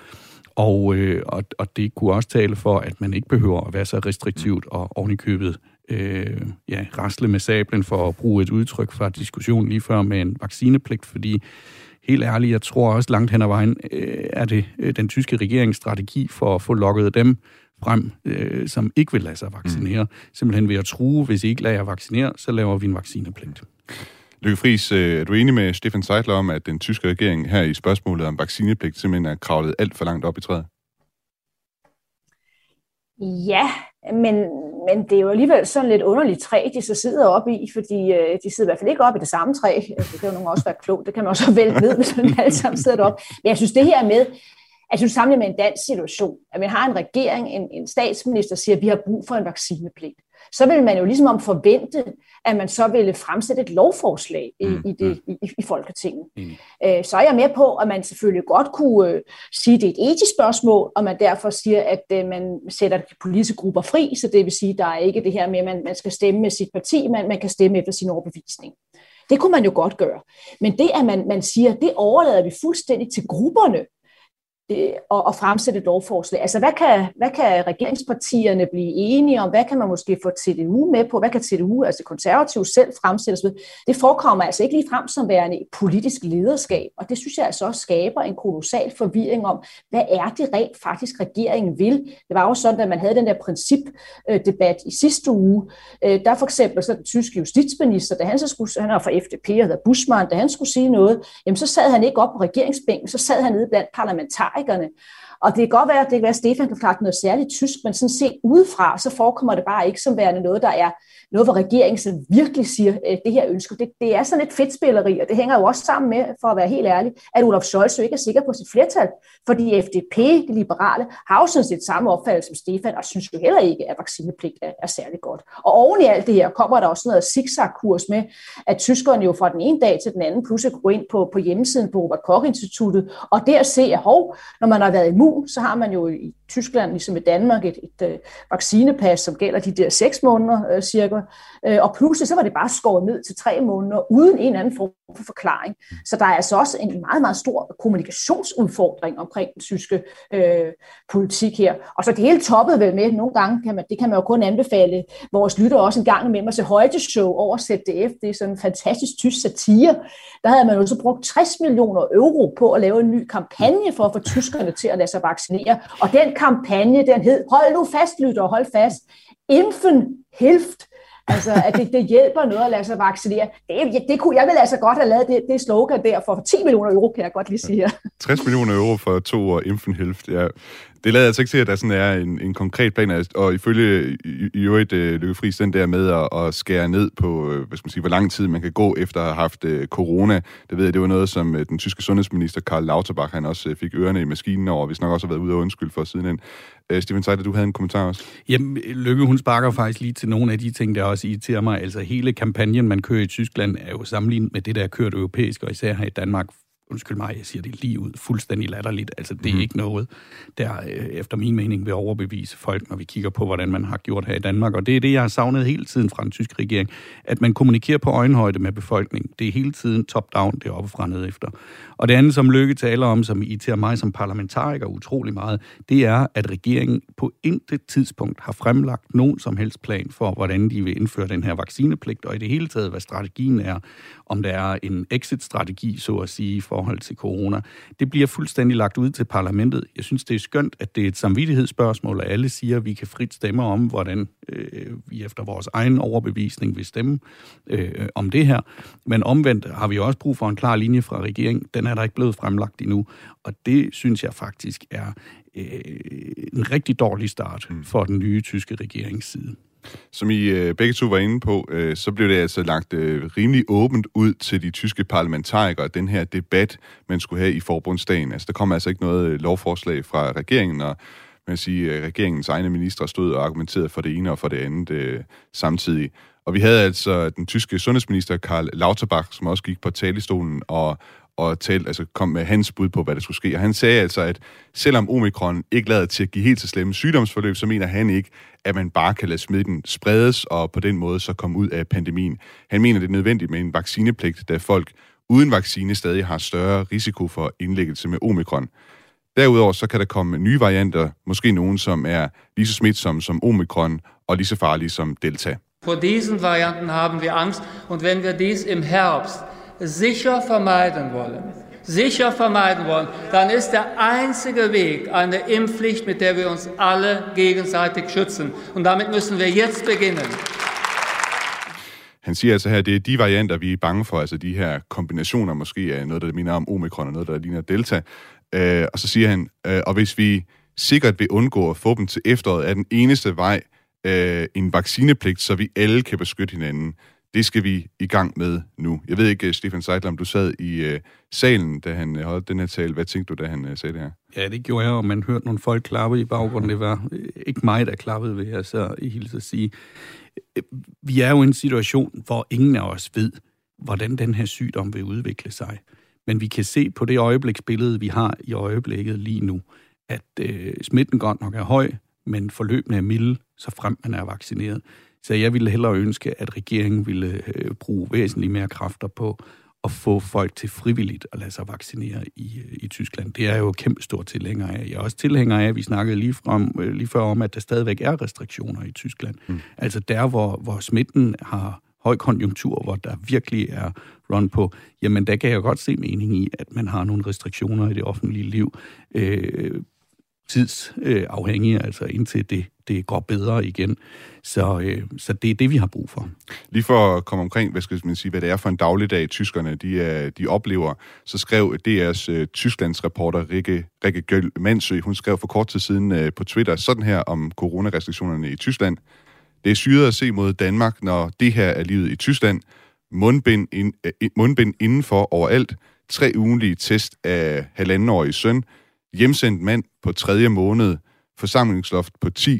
og det kunne også tale for, at man ikke behøver at være så restriktivt og ovenikøbet rasle med sablen, for at bruge et udtryk fra diskussionen lige før med en vaccinepligt, fordi helt ærligt, jeg tror også langt hen ad vejen, er det den tyske regeringsstrategi for at få lukket dem frem, som ikke vil lade sig vaccinere. Simpelthen ved at true, hvis I ikke lader jer vaccinere, så laver vi en vaccinepligt. Lykke Friis, er du enig med Stefan Seidler om, at den tyske regering her i spørgsmålet om vaccinepligt simpelthen er kravlet alt for langt op i træet? Ja, men det er jo alligevel sådan lidt underligt træ, de så sidder oppe i, fordi de sidder i hvert fald ikke oppe i det samme træ. Det kan jo nogle også være klogt, det kan man også vælte ned, hvis man alle sammen sidder deroppe. Men jeg synes, det her med, Altså du sammenligner med en dansk situation, at man har en regering, en statsminister siger, at vi har brug for en vaccinepligt. Så vil man jo ligesom forvente, at man så ville fremsætte et lovforslag i Folketinget. Så er jeg med på, at man selvfølgelig godt kunne sige, at det er et etisk spørgsmål, og man derfor siger, at man sætter politiske grupper fri, så det vil sige, at der er ikke det her med, at man skal stemme med sit parti, men man kan stemme efter sin overbevisning. Det kunne man jo godt gøre. Men det, at man siger, det overlader vi fuldstændig til grupperne, og fremsætte et lovforslag. Altså, hvad kan regeringspartierne blive enige om? Hvad kan man måske få TDU med på? Hvad kan TDU, altså konservative, selv fremsættes ved? Det forekommer altså ikke lige frem som værende et politisk lederskab, og det synes jeg altså også skaber en kolossal forvirring om, hvad er det rent faktisk regeringen vil? Det var jo sådan, at man havde den der principdebat i sidste uge. Der for eksempel så den tyske justitsminister, da han var fra FDP og hedder Buschmann, da han skulle sige noget, jamen så sad han ikke op på regeringsbænken, så sad han nede blandt parlamentarikere. Og det kan godt være, at Stefan kan klare noget særligt tysk, men sådan set udefra, så forekommer det bare ikke som værende noget, der er noget, hvor regeringen så virkelig siger, det her ønsker. Det er sådan et fedtspilleri, og det hænger jo også sammen med, for at være helt ærlig, at Olaf Scholz jo ikke er sikker på sit flertal, fordi FDP, de liberale, har jo sådan set samme opfattelse som Stefan, og synes jo heller ikke, at vaccinepligt er særlig godt. Og oven i alt det her kommer der også noget zigzag-kurs med, at tyskerne jo fra den ene dag til den anden pludselig går ind på hjemmesiden på Robert Koch-instituttet, og der ser, når man har været immun, så har man jo i Tyskland, ligesom i Danmark, et vaccinepas, som gælder de der 6 måneder cirka, og pludselig så var det bare skåret ned til 3 måneder, uden en anden form for forklaring. Så der er altså også en meget, meget stor kommunikationsudfordring omkring den tyske politik her. Og så det hele toppet vel med, nogle gange kan man jo kun anbefale vores lytter også en gang imellem at se Heute-show over ZDF, det er sådan en fantastisk tysk satire. Der havde man jo så brugt 60 millioner euro på at lave en ny kampagne for at få tyskerne til at lade sig vaccinere. Og den kampagne, den hed, hold nu fast, lytter, hold fast, Impfen hilft. Altså, at det hjælper noget at lade sig vaccinere. Jeg vil altså godt have lavet det slogan der for 10 millioner euro, kan jeg godt lige sige her. 60 millioner euro for 2 år, Impfen hilft, ja. Det lader altså ikke til, at der sådan er en konkret plan, og ifølge i øvrigt Lykke Friis, den der med at skære ned på, hvor lang tid man kan gå efter at have haft corona. Det ved jeg, det var noget, som den tyske sundhedsminister Karl Lauterbach, han også fik ørerne i maskinen over, og hvis nok også har været ude og undskylde for sidenhen. Stefan Seidler, du havde en kommentar også? Jamen, Lykke, hun sparker faktisk lige til nogle af de ting, der også irriterer mig. Altså, hele kampagnen, man kører i Tyskland, er jo sammenlignet med det, der er kørt europæisk, og især her i Danmark. Undskyld mig, jeg siger det lige ud, fuldstændig latterligt. Altså, det er ikke noget, der efter min mening vil overbevise folk, når vi kigger på, hvordan man har gjort her i Danmark. Og det er det, jeg har savnet hele tiden fra den tyske regering, at man kommunikerer på øjenhøjde med befolkningen. Det er hele tiden top-down, det er oppefra ned efter. Og det andet, som Lykke taler om, som irriterer mig som parlamentariker utrolig meget, det er, at regeringen på intet tidspunkt har fremlagt nogen som helst plan for, hvordan de vil indføre den her vaccinepligt, og i det hele taget, hvad strategien er, om der er en exit-strategi, så at sige, i forhold til corona. Det bliver fuldstændig lagt ud til parlamentet. Jeg synes, det er skønt, at det er et samvittighedsspørgsmål, og alle siger, at vi kan frit stemme om, hvordan vi efter vores egen overbevisning vil stemme om det her. Men omvendt har vi også brug for en klar linje fra regeringen. Den er der ikke blevet fremlagt endnu, og det synes jeg faktisk er en rigtig dårlig start for den nye tyske regerings side. Som I begge to var inde på, så blev det altså lagt rimelig åbent ud til de tyske parlamentarikere, den her debat, man skulle have i forbundsdagen. Altså, der kom altså ikke noget lovforslag fra regeringen, og man kan sige, regeringens egne ministre stod og argumenterede for det ene og for det andet samtidig. Og vi havde altså den tyske sundhedsminister Karl Lauterbach, som også gik på talerstolen og kom med hans bud på, hvad der skulle ske. Og han sagde altså, at selvom omikron ikke lader til at give helt så slemme sygdomsforløb, så mener han ikke, at man bare kan lade smitten spredes, og på den måde så komme ud af pandemien. Han mener, det er nødvendigt med en vaccinepligt, da folk uden vaccine stadig har større risiko for indlæggelse med omikron. Derudover så kan der komme nye varianter, måske nogen, som er lige så smitsomme som omikron og lige så farlige som delta. Vor diesen Varianten haben wir Angst, und wenn wir dies im Herbst sicher vermeiden wollen, dann ist der einzige Weg eine Impfpflicht, mit der wir uns alle gegenseitig schützen. Und damit müssen wir jetzt beginnen. Han siger altså her, at det er de varianter, vi er bange for, altså de her kombinationer måske af noget, der minder om omikron og noget, der ligner delta. Og så siger han, og hvis vi sikkert vil undgå at få dem til efteråret, er den eneste vej en vaccinepligt, så vi alle kan beskytte hinanden. Det skal vi i gang med nu. Jeg ved ikke, Stefan Seidler, om du sad i salen, da han holdt den her tale. Hvad tænkte du, da han sagde det her? Ja, det gjorde jeg, og man hørte nogle folk klappe i baggrunden. Det var ikke mig, der klappede, vil jeg så hilse at sige. Vi er jo i en situation, hvor ingen af os ved, hvordan den her sygdom vil udvikle sig. Men vi kan se på det øjebliksbillede, vi har i øjeblikket lige nu, at smitten godt nok er høj, men forløbene er milde, så frem man er vaccineret. Så jeg ville hellere ønske, at regeringen ville bruge væsentligt mere kræfter på at få folk til frivilligt at lade sig vaccinere i Tyskland. Det er jeg jo kæmpe stor tilhænger af. Jeg er også tilhænger af, at vi snakkede lige før om, at der stadigvæk er restriktioner i Tyskland. Altså der, hvor smitten har høj konjunktur, hvor der virkelig er run på, jamen der kan jeg godt se mening i, at man har nogle restriktioner i det offentlige liv, tidsafhængige, altså indtil det går bedre igen. Så det er det, vi har brug for. Lige for at komme omkring, hvad det er for en dagligdag, tyskerne de oplever, så skrev DR's Tysklandsreporter Rikke Gjøl-Mansø, hun skrev for kort tid siden på Twitter sådan her om coronarestriktionerne i Tyskland. Det er syret at se mod Danmark, når det her er livet i Tyskland. Mundbind indenfor overalt. 3 ugentlige test af 1,5-årige søn. Hjemsendt mand på 3. måned. Forsamlingsloft på 10.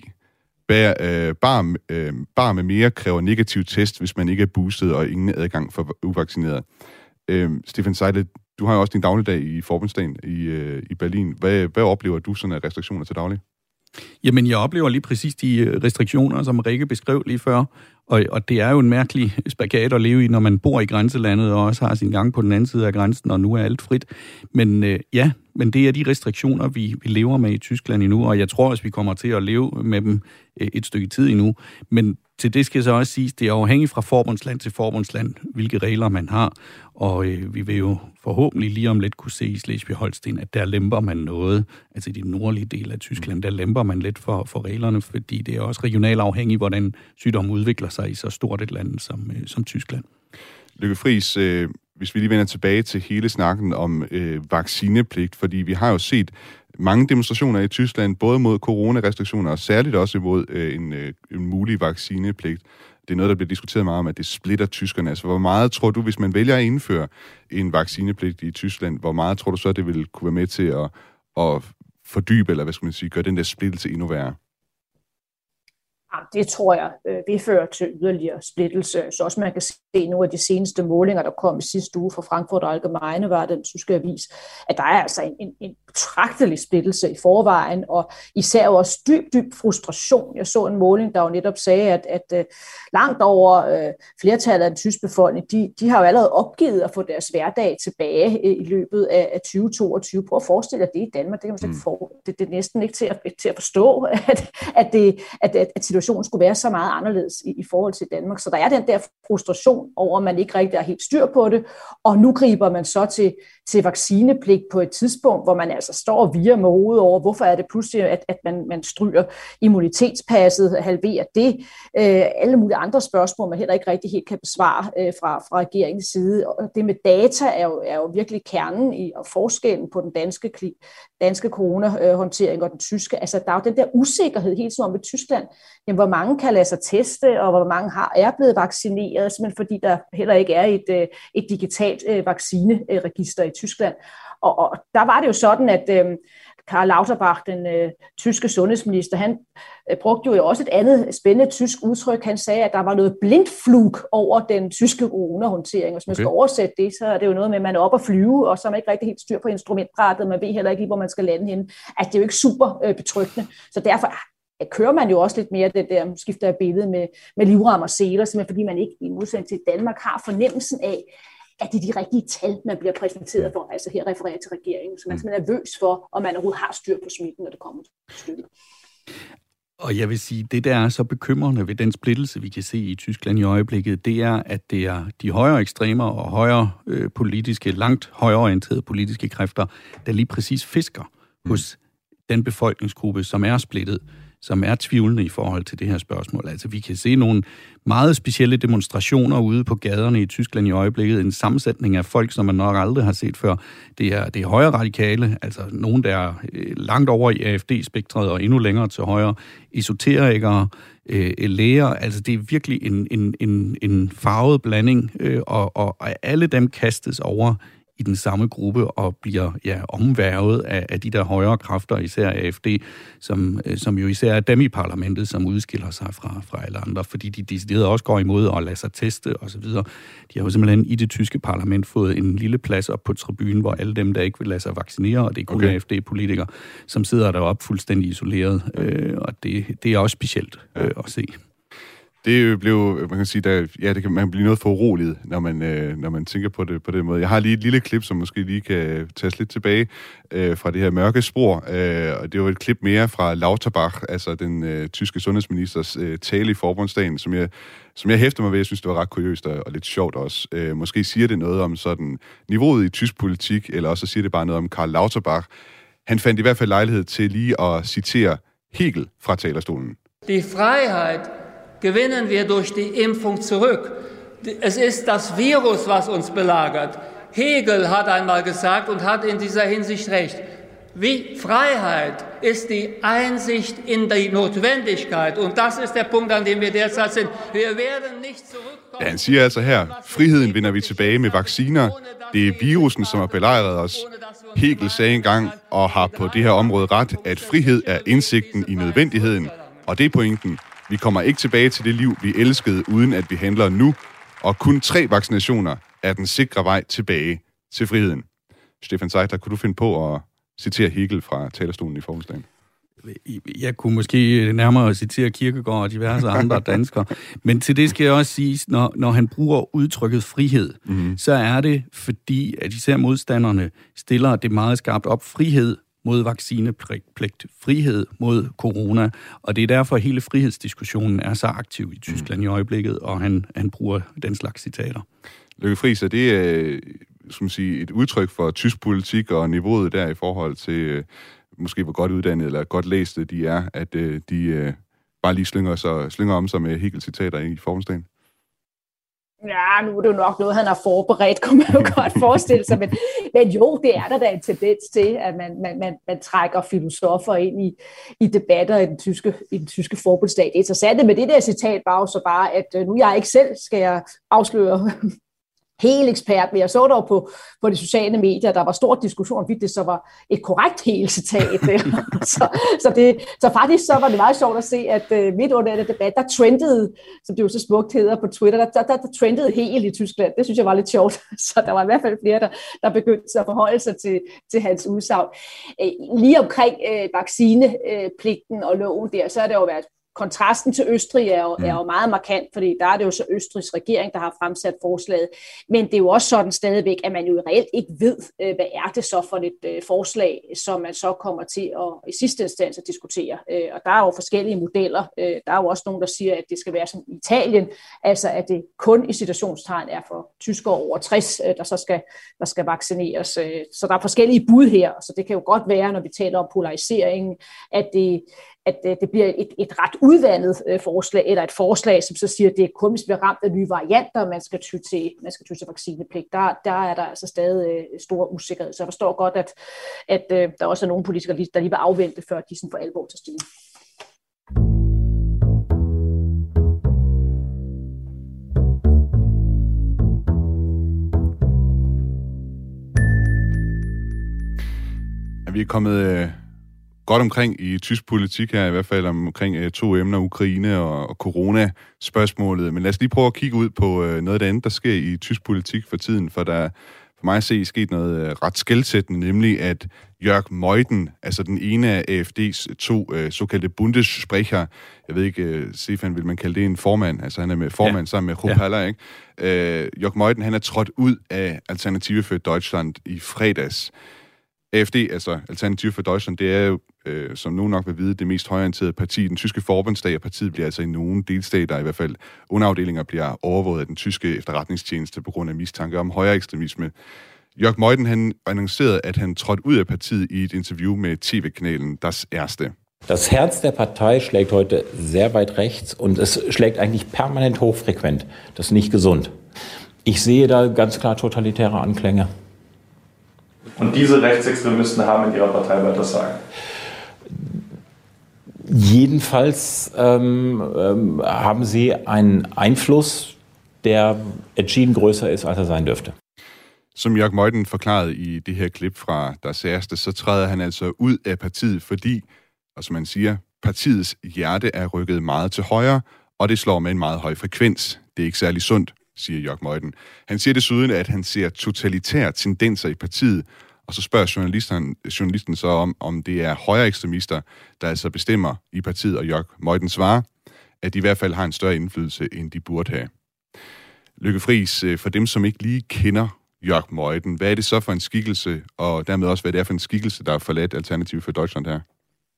Bar med mere kræver negativ test, hvis man ikke er boostet og ingen adgang for uvaccineret. Stefan Seidler, du har jo også din dagligdag i Forbundsdagen i Berlin. Hvad oplever du sådan af restriktioner til daglig? Jamen, jeg oplever lige præcis de restriktioner, som Rikke beskrev lige før, og det er jo en mærkelig spagat at leve i, når man bor i grænselandet og også har sin gang på den anden side af grænsen, og nu er alt frit. Men men det er de restriktioner, vi lever med i Tyskland endnu, og jeg tror også, vi kommer til at leve med dem et stykke tid endnu. Men til det skal så også siges, det er afhængigt fra forbundsland til forbundsland, hvilke regler man har, og vi vil jo forhåbentlig lige om lidt kunne se i Slesvig-Holsten, at der lemper man noget, altså i de nordlige del af Tyskland, der lemper man lidt for reglerne, fordi det er også regionalt afhængigt, hvordan sygdommen udvikler sig i så stort et land som Tyskland. Lykke Friis, hvis vi lige vender tilbage til hele snakken om vaccinepligt, fordi vi har jo set mange demonstrationer i Tyskland, både mod coronarestriktioner og særligt også imod en mulig vaccinepligt. Det er noget, der bliver diskuteret meget om, at det splitter tyskerne. Altså, hvor meget tror du, hvis man vælger at indføre en vaccinepligt i Tyskland, hvor meget tror du så, det vil kunne være med til at fordybe, eller hvad skal man sige, gøre den der splittelse endnu værre? Det tror jeg vil føre til yderligere splittelse. Så også man kan se nogle af de seneste målinger, der kom i sidste uge fra Frankfurter Allgemeine, var den tyske avis, at der er altså en betragtelig splittelse i forvejen, og især også dyb frustration. Jeg så en måling, der jo netop sagde, at langt over flertallet af den tyske befolkning, de har jo allerede opgivet at få deres hverdag tilbage i løbet af 2022. Prøv at forestille dig det i Danmark. Det kan man det er næsten ikke til at forstå, at situationen skulle være så meget anderledes i forhold til Danmark. Så der er den der frustration over, at man ikke rigtig har helt styr på det, og nu griber man så til vaccinepligt på et tidspunkt, hvor man altså står og virrer med hovedet over, hvorfor er det pludselig, at man stryger immunitetspasset, halverer det. Alle mulige andre spørgsmål, man heller ikke rigtig helt kan besvare fra regeringens side. Og det med data er jo virkelig kernen i og forskellen på den danske coronahåndtering og den tyske. Altså, der er jo den der usikkerhed hele tiden om i Tyskland, jamen, hvor mange kan lade sig teste, og hvor mange er blevet vaccineret, simpelthen fordi der heller ikke er et digitalt vaccineregister i Tyskland. Og der var det jo sådan, at Karl Lauterbach, den tyske sundhedsminister, han brugte jo også et andet spændende tysk udtryk. Han sagde, at der var noget blindflug over den tyske coronahåndtering. Hvis man skal oversætte det, så er det jo noget med, at man er oppe at flyve, og så er man ikke rigtig helt styr på instrumentbrættet, man ved heller ikke lige, hvor man skal lande henne. Altså, det er jo ikke super betryggende. Så derfor kører man jo også lidt mere det der, skifter af billede med livrem og seler, simpelthen fordi man ikke i modsætning til Danmark har fornemmelsen af, at det er de rigtige tal, man bliver præsenteret for, altså her refererer til regeringen, så man er nervøs for, om man overhovedet har styr på smitten, når det kommer til stykket. Og jeg vil sige, det der er så bekymrende ved den splittelse, vi kan se i Tyskland i øjeblikket, det er, at det er de højere ekstremer og højere langt højreorienterede politiske kræfter, der lige præcis fisker hos den befolkningsgruppe, som er splittet, som er tvivlende i forhold til det her spørgsmål. Altså, vi kan se nogle meget specielle demonstrationer ude på gaderne i Tyskland i øjeblikket. En sammensætning af folk, som man nok aldrig har set før. Det er højre radikale, altså nogen, der er langt over i AfD-spektret og endnu længere til højre. Esoterikere, læger. Altså, det er virkelig en farvet blanding, og alle dem kastes over i den samme gruppe og bliver omværvet af de der højere kræfter, især AfD, som jo især er dem i parlamentet, som udskiller sig fra alle andre, fordi de decideret også går imod at lade sig teste osv. De har jo simpelthen i det tyske parlament fået en lille plads op på tribunen, hvor alle dem, der ikke vil lade sig vaccinere, og det er kun AfD-politikere, som sidder deroppe fuldstændig isoleret, og det er også specielt at se. Det blev, man kan sige, det kan man blive noget for uroliget, når man tænker på det på den måde. Jeg har lige et lille klip, som måske lige kan tages lidt tilbage fra det her mørke spor, og det var et klip mere fra Lauterbach, altså den tyske sundhedsministers tale i forbundsdagen, som jeg hæfter mig ved. Jeg synes, det var ret kuriøst og lidt sjovt også. Måske siger det noget om sådan niveauet i tysk politik, eller også siger det bare noget om Karl Lauterbach. Han fandt i hvert fald lejlighed til lige at citere Hegel fra talerstolen. Die Freiheit gewinnen wir durch die Impfung zurück. Es ist das Virus, was uns belagert. Hegel hat einmal gesagt und hat in dieser Hinsicht recht. Freiheit ist die Einsicht in die Notwendigkeit. Und das ist der Punkt, an dem wir derzeit sind. Wir werden nicht zurückkommen. Ja, han siger altså her, friheden vinder vi tilbage med vacciner. Det er virusen, som har belejret os. Hegel sagde engang, og har på det her område ret, at frihed er indsigten i nødvendigheden. Og det er pointen. Vi kommer ikke tilbage til det liv, vi elskede, uden at vi handler nu. Og kun 3 vaccinationer er den sikre vej tilbage til friheden. Stefan Seidler, kunne du finde på at citere Hegel fra talerstolen i forbundsdagen? Jeg kunne måske nærmere citere Kierkegaard og diverse andre danskere. Men til det skal jeg også sige, når han bruger udtrykket frihed, så er det fordi, at især modstanderne stiller det meget skarpt op. Frihed mod vaccinepligt, frihed mod corona, og det er derfor, at hele frihedsdiskussionen er så aktiv i Tyskland i øjeblikket, og han bruger den slags citater. Lykke Friis, er det et udtryk for tysk politik og niveauet der i forhold til måske hvor godt uddannet eller godt læste de er, at de bare lige slynger om sig med Hegel-citater i forbundsdagen? Ja, nu er det jo nok noget, han har forberedt, kunne man jo godt forestille sig. Men jo, det er der da en tendens til, at man trækker filosofer ind i debatter i den tyske forbundsdag. Det interessante med det der citat var jo så bare, at nu jeg ikke selv skal jeg afsløre helt ekspert, men jeg så dog på de sociale medier, der var stor diskussion om, det så var et korrekt helt citat. så faktisk så var det meget sjovt at se, at midt under den debat, der trendede, som det jo så smukt hedder på Twitter, der trendede helt i Tyskland. Det synes jeg var lidt sjovt. Så der var i hvert fald flere, der begyndte at forholde sig til hans udsagn. Lige omkring vaccinepligten og loven der, så er det jo været kontrasten til Østrig er jo meget markant, fordi der er det jo så Østrigs regering, der har fremsat forslaget. Men det er jo også sådan stadigvæk, at man jo reelt ikke ved, hvad er det så for et forslag, som man så kommer til at i sidste instans at diskutere. Og der er jo forskellige modeller. Der er jo også nogen, der siger, at det skal være som i Italien, altså at det kun i situationstegn er for tyskere over 60, der skal vaccineres. Så der er forskellige bud her, så det kan jo godt være, når vi taler om polariseringen, at det bliver et ret udvandet forslag, eller et forslag, som så siger, at det er kun, hvis vi bliver ramt af nye varianter, man skal ty til vaccinepligt. Der er der altså stadig stor usikkerhed. Så jeg forstår godt, at der også er nogle politikere, der lige vil afvente, før de sådan for alvor tager stilling. Vi er kommet godt omkring i tysk politik her, i hvert fald omkring 2 emner, Ukraine og corona-spørgsmålet. Men lad os lige prøve at kigge ud på noget af det andet, der sker i tysk politik for tiden, for der for mig at se sket noget ret skelsættende, nemlig at Jörg Meuthen, altså den ene af AfD's 2 såkaldte Bundessprecher, jeg ved ikke, Stefan, vil man kalde det en formand, altså han er med formand sammen med Ruppalla, ikke? Jörg Meuthen, han er trådt ud af Alternative für Deutschland i fredags. AfD, altså Alternative for Deutschland, det er jo, som nogen nok vil vide, det mest højreorienterede parti i den tyske forbundsdag, og partiet bliver altså i nogle delstater, i hvert fald underafdelinger, bliver overvåget af den tyske efterretningstjeneste på grund af mistanke om højere ekstremisme. Jörg Meuthen, han annoncerede, at han trådte ud af partiet i et interview med TV-kanalen Das Erste. Das Herz der Partei schlägt heute sehr weit rechts und es schlägt eigentlich permanent hochfrequent. Das ist nicht gesund. Ich sehe da ganz klar totalitäre Anklänge. Und diese Rechtsextremisten haben in ihrer Partei bald das Sagen? Jedenfalls haben sie einen Einfluss, der entschieden größer ist, als sein dürfte. Som Jörg Meuthen forklarede i det her klip fra Das Erste, så træder han altså ud af partiet, fordi, og som man siger, partiets hjerte er rykket meget til højre, og det slår med en meget høj frekvens. Det er ikke særlig sundt, siger Jörg Meuthen. Han siger desuden, at han ser totalitære tendenser i partiet, og så spørger journalisten så om det er højre ekstremister, der altså bestemmer i partiet, og Jörg Meuthen svarer, at de i hvert fald har en større indflydelse, end de burde have. Lykke Friis, for dem, som ikke lige kender Jörg Meuthen, hvad er det så for en skikkelse, og dermed også, hvad det er for en skikkelse, der er forladt Alternativ for Deutschland her?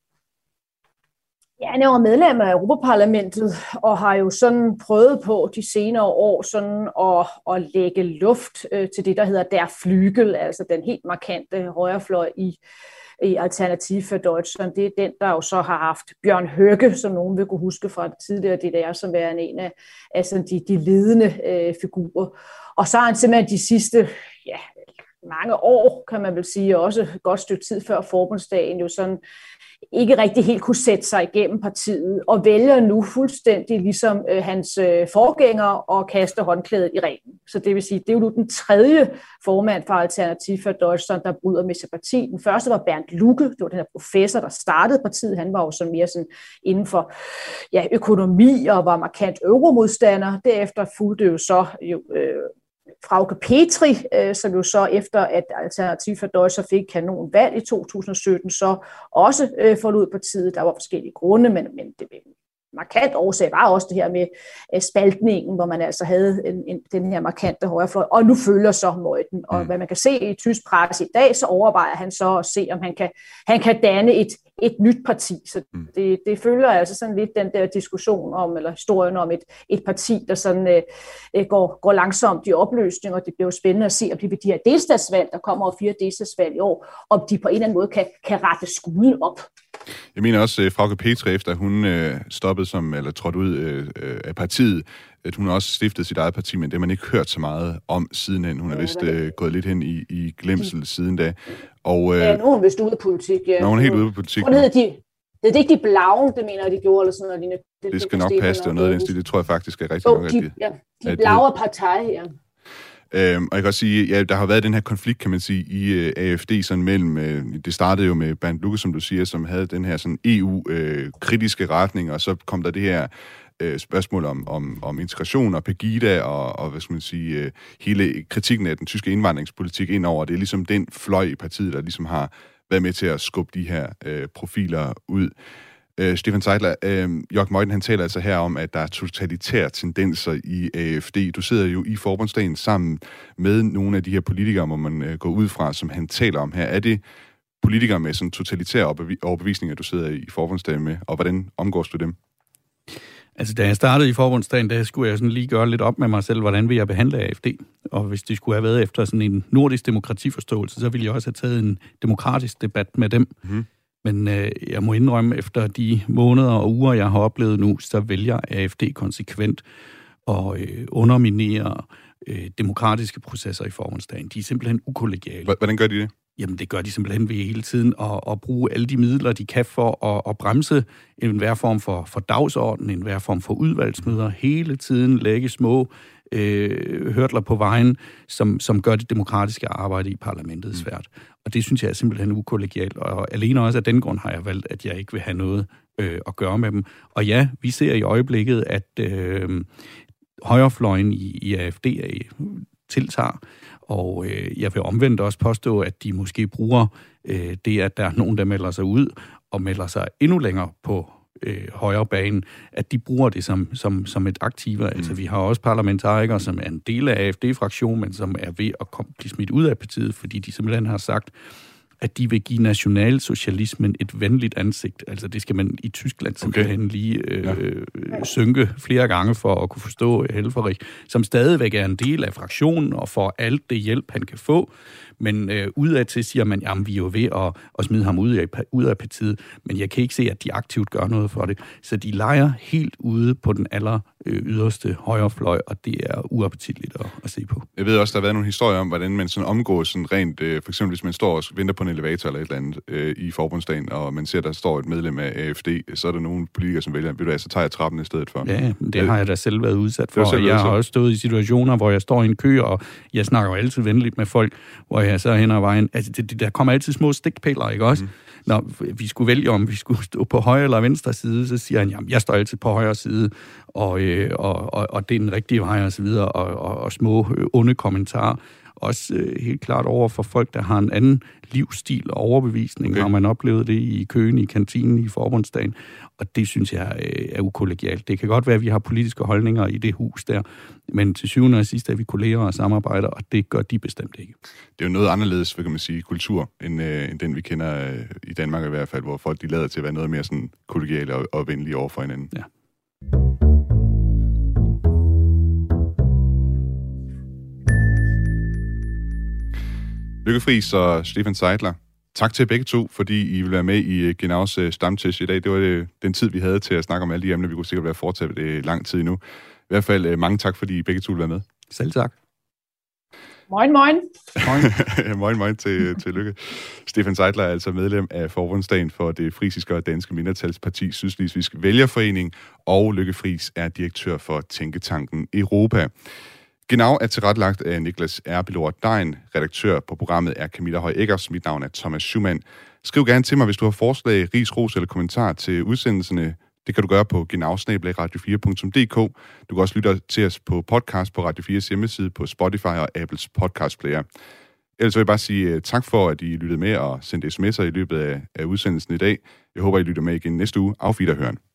Ja, han er jo medlem af Europaparlamentet, og har jo sådan prøvet på de senere år sådan at lægge luft til det, der hedder Der Flügel, altså den helt markante højrefløj i Alternativ for Deutschland. Det er den, der jo så har haft Bjørn Høcke, som nogen vil kunne huske fra tidligere DDR, som er en af sådan de ledende figurer. Og så har han simpelthen de sidste mange år, kan man vel sige, også et godt stykke tid før forbundsdagen, jo sådan ikke rigtig helt kunne sætte sig igennem partiet, og vælger nu fuldstændig ligesom hans forgænger at kaste håndklædet i ringen. Så det vil sige, det er jo nu den tredje formand for Alternativ for Deutschland, der bryder med sit parti. Den første var Bernd Lucke, det var den her professor, der startede partiet. Han var jo så mere sådan inden for økonomi og var markant euromodstander. Derefter fulgte jo så Frauke Petri, som jo så efter, at Alternativ for Deutschland fik kanonvalg i 2017, så også forlod partiet. Der var forskellige grunde, men det markant årsag var også det her med spaltningen, hvor man altså havde den her markante højrefløj, og nu følger så Meuthen. Og hvad man kan se i tysk presse i dag, så overvejer han så at se, om han kan danne et nyt parti. Så det følger altså sådan lidt den der diskussion om, eller historien om et parti, der sådan går langsomt i opløsning, og det bliver jo spændende at se, om de her delstatsvalg, der kommer over 4 delstatsvalg i år, om de på en eller anden måde kan rette skuden op. Jeg mener også, Frauke Petri, efter hun stoppede eller trådte ud af partiet, at hun også stiftede sit eget parti, men det har man ikke hørt så meget om sidenhen. Hun er vist gået lidt hen i glemsel siden da. Og, nu er hun vist ude af politik. Ja. Nå, hun er helt ude af politik. Hun hed det ikke de Blaue, det mener de gjorde, eller sådan noget. Det skal nok passe, det noget af den stil. Det tror jeg faktisk er rigtig nok. De Blaue Partei, ja. Og jeg kan også sige, der har været den her konflikt, kan man sige, i AfD sådan mellem, det startede jo med Bernd Lucke, som du siger, som havde den her sådan EU-kritiske retning, og så kom der det her spørgsmål om integration og Pegida og hvad skal man sige, hele kritikken af den tyske indvandringspolitik indover. Det er ligesom den fløj i partiet, der ligesom har været med til at skubbe de her profiler ud. Stefan Zeitler, Jörg Meuthen, han taler altså her om, at der er totalitære tendenser i AfD. Du sidder jo i forbundsdagen sammen med nogle af de her politikere, hvor man går ud fra, som han taler om her. Er det politikere med sådan totalitære overbevisninger, du sidder i forbundsdagen med, og hvordan omgås du dem? Altså, da jeg startede i forbundsdagen, der skulle jeg sådan lige gøre lidt op med mig selv, hvordan vil jeg behandle AfD? Og hvis det skulle have været efter sådan en nordisk demokratiforståelse, så ville jeg også have taget en demokratisk debat med dem. Mm. Men jeg må indrømme, efter de måneder og uger, jeg har oplevet nu, så vælger AfD konsekvent at underminere demokratiske processer i forbundsdagen. De er simpelthen ukollegiale. Hvordan gør de det? Jamen, det gør de simpelthen ved hele tiden at bruge alle de midler, de kan for at bremse enhver form for dagsorden, enhver form for udvalgsmøder, hele tiden lægge små hørtler på vejen, som gør det demokratiske arbejde i parlamentet svært. Og det synes jeg er simpelthen ukollegialt, og alene også af den grund har jeg valgt, at jeg ikke vil have noget at gøre med dem. Og ja, vi ser i øjeblikket, at højrefløjen i AfD tiltager, og jeg vil omvendt også påstå, at de måske bruger det, at der er nogen, der melder sig ud og melder sig endnu længere på højre banen, at de bruger det som et aktiv. Altså, vi har også parlamentarikere, som er en del af AfD-fraktionen, men som er ved at blive smidt ud af partiet, fordi de simpelthen har sagt, at de vil give nationalsocialismen et venligt ansigt. Altså, det skal man i Tyskland simpelthen lige synke flere gange for at kunne forstå Helfferich, som stadigvæk er en del af fraktionen og får alt det hjælp, han kan få. Men udadtil siger man, jamen, vi er jo ved at smide ham ud af partiet, men jeg kan ikke se, at de aktivt gør noget for det. Så de leger helt ude på den yderste højrefløj, og det er uappetitligt at se på. Jeg ved også, der har været nogle historier om, hvordan man sådan omgår sådan rent, for eksempel hvis man står og venter på en elevator eller et eller andet i forbundsdagen, og man ser, der står et medlem af AFD, så er der nogle politikere, som vælger, så tager jeg trappen i stedet for. Ja, det har jeg da selv været udsat for, og jeg har også stået i situationer, hvor jeg står i en kø, og jeg snakker jo altid venligt med folk, hvor jeg så hen ad vejen, altså der kommer altid små stikpiller, ikke også? Når vi skulle vælge, om vi skulle stå på højre eller venstre side, så siger han, jamen, jeg står altid på højre side, og det er den rigtige vej, og så videre, og små onde kommentarer. Også helt klart over for folk, der har en anden livsstil og overbevisning, har man oplevet det i køen, i kantinen, i forbundsdagen, og det synes jeg er ukollegialt. Det kan godt være, at vi har politiske holdninger i det hus der, men til syvende og sidst er vi kolleger og samarbejder, og det gør de bestemt ikke. Det er jo noget anderledes, kan man sige, kultur, end den vi kender i Danmark i hvert fald, hvor folk de lader til at være noget mere sådan kollegiale og venlige over for hinanden. Ja. Lykke Friis og Stefan Seidler, tak til begge to, fordi I vil være med i Genaus Stammtisch i dag. Det var den tid, vi havde til at snakke om alle de emner. Vi kunne sikkert være fortsat det lang tid nu. I hvert fald mange tak, fordi I begge to vil være med. Selv tak. Moin, moin. Moin til Lykke. Stefan Seidler er altså medlem af forbundsdagen for det frisiske og danske mindretalsparti Sydslesvigsk Vælgerforening, og Lykke Friis er direktør for Tænketanken Europa. Genau er tilrettelagt af Niklas Erbelord Dein. Redaktør på programmet er Camilla Høj Eggers. Mit navn er Thomas Schumann. Skriv gerne til mig, hvis du har forslag, ris, ros eller kommentar til udsendelserne. Det kan du gøre på genau@radio4.dk. Du kan også lytte til os på podcast på Radio 4's hjemmeside, på Spotify og Apples podcast player. Ellers vil jeg bare sige tak for, at I lyttede med og sendte sms'er i løbet af udsendelsen i dag. Jeg håber, I lytter med igen næste uge. Auf Wiederhören.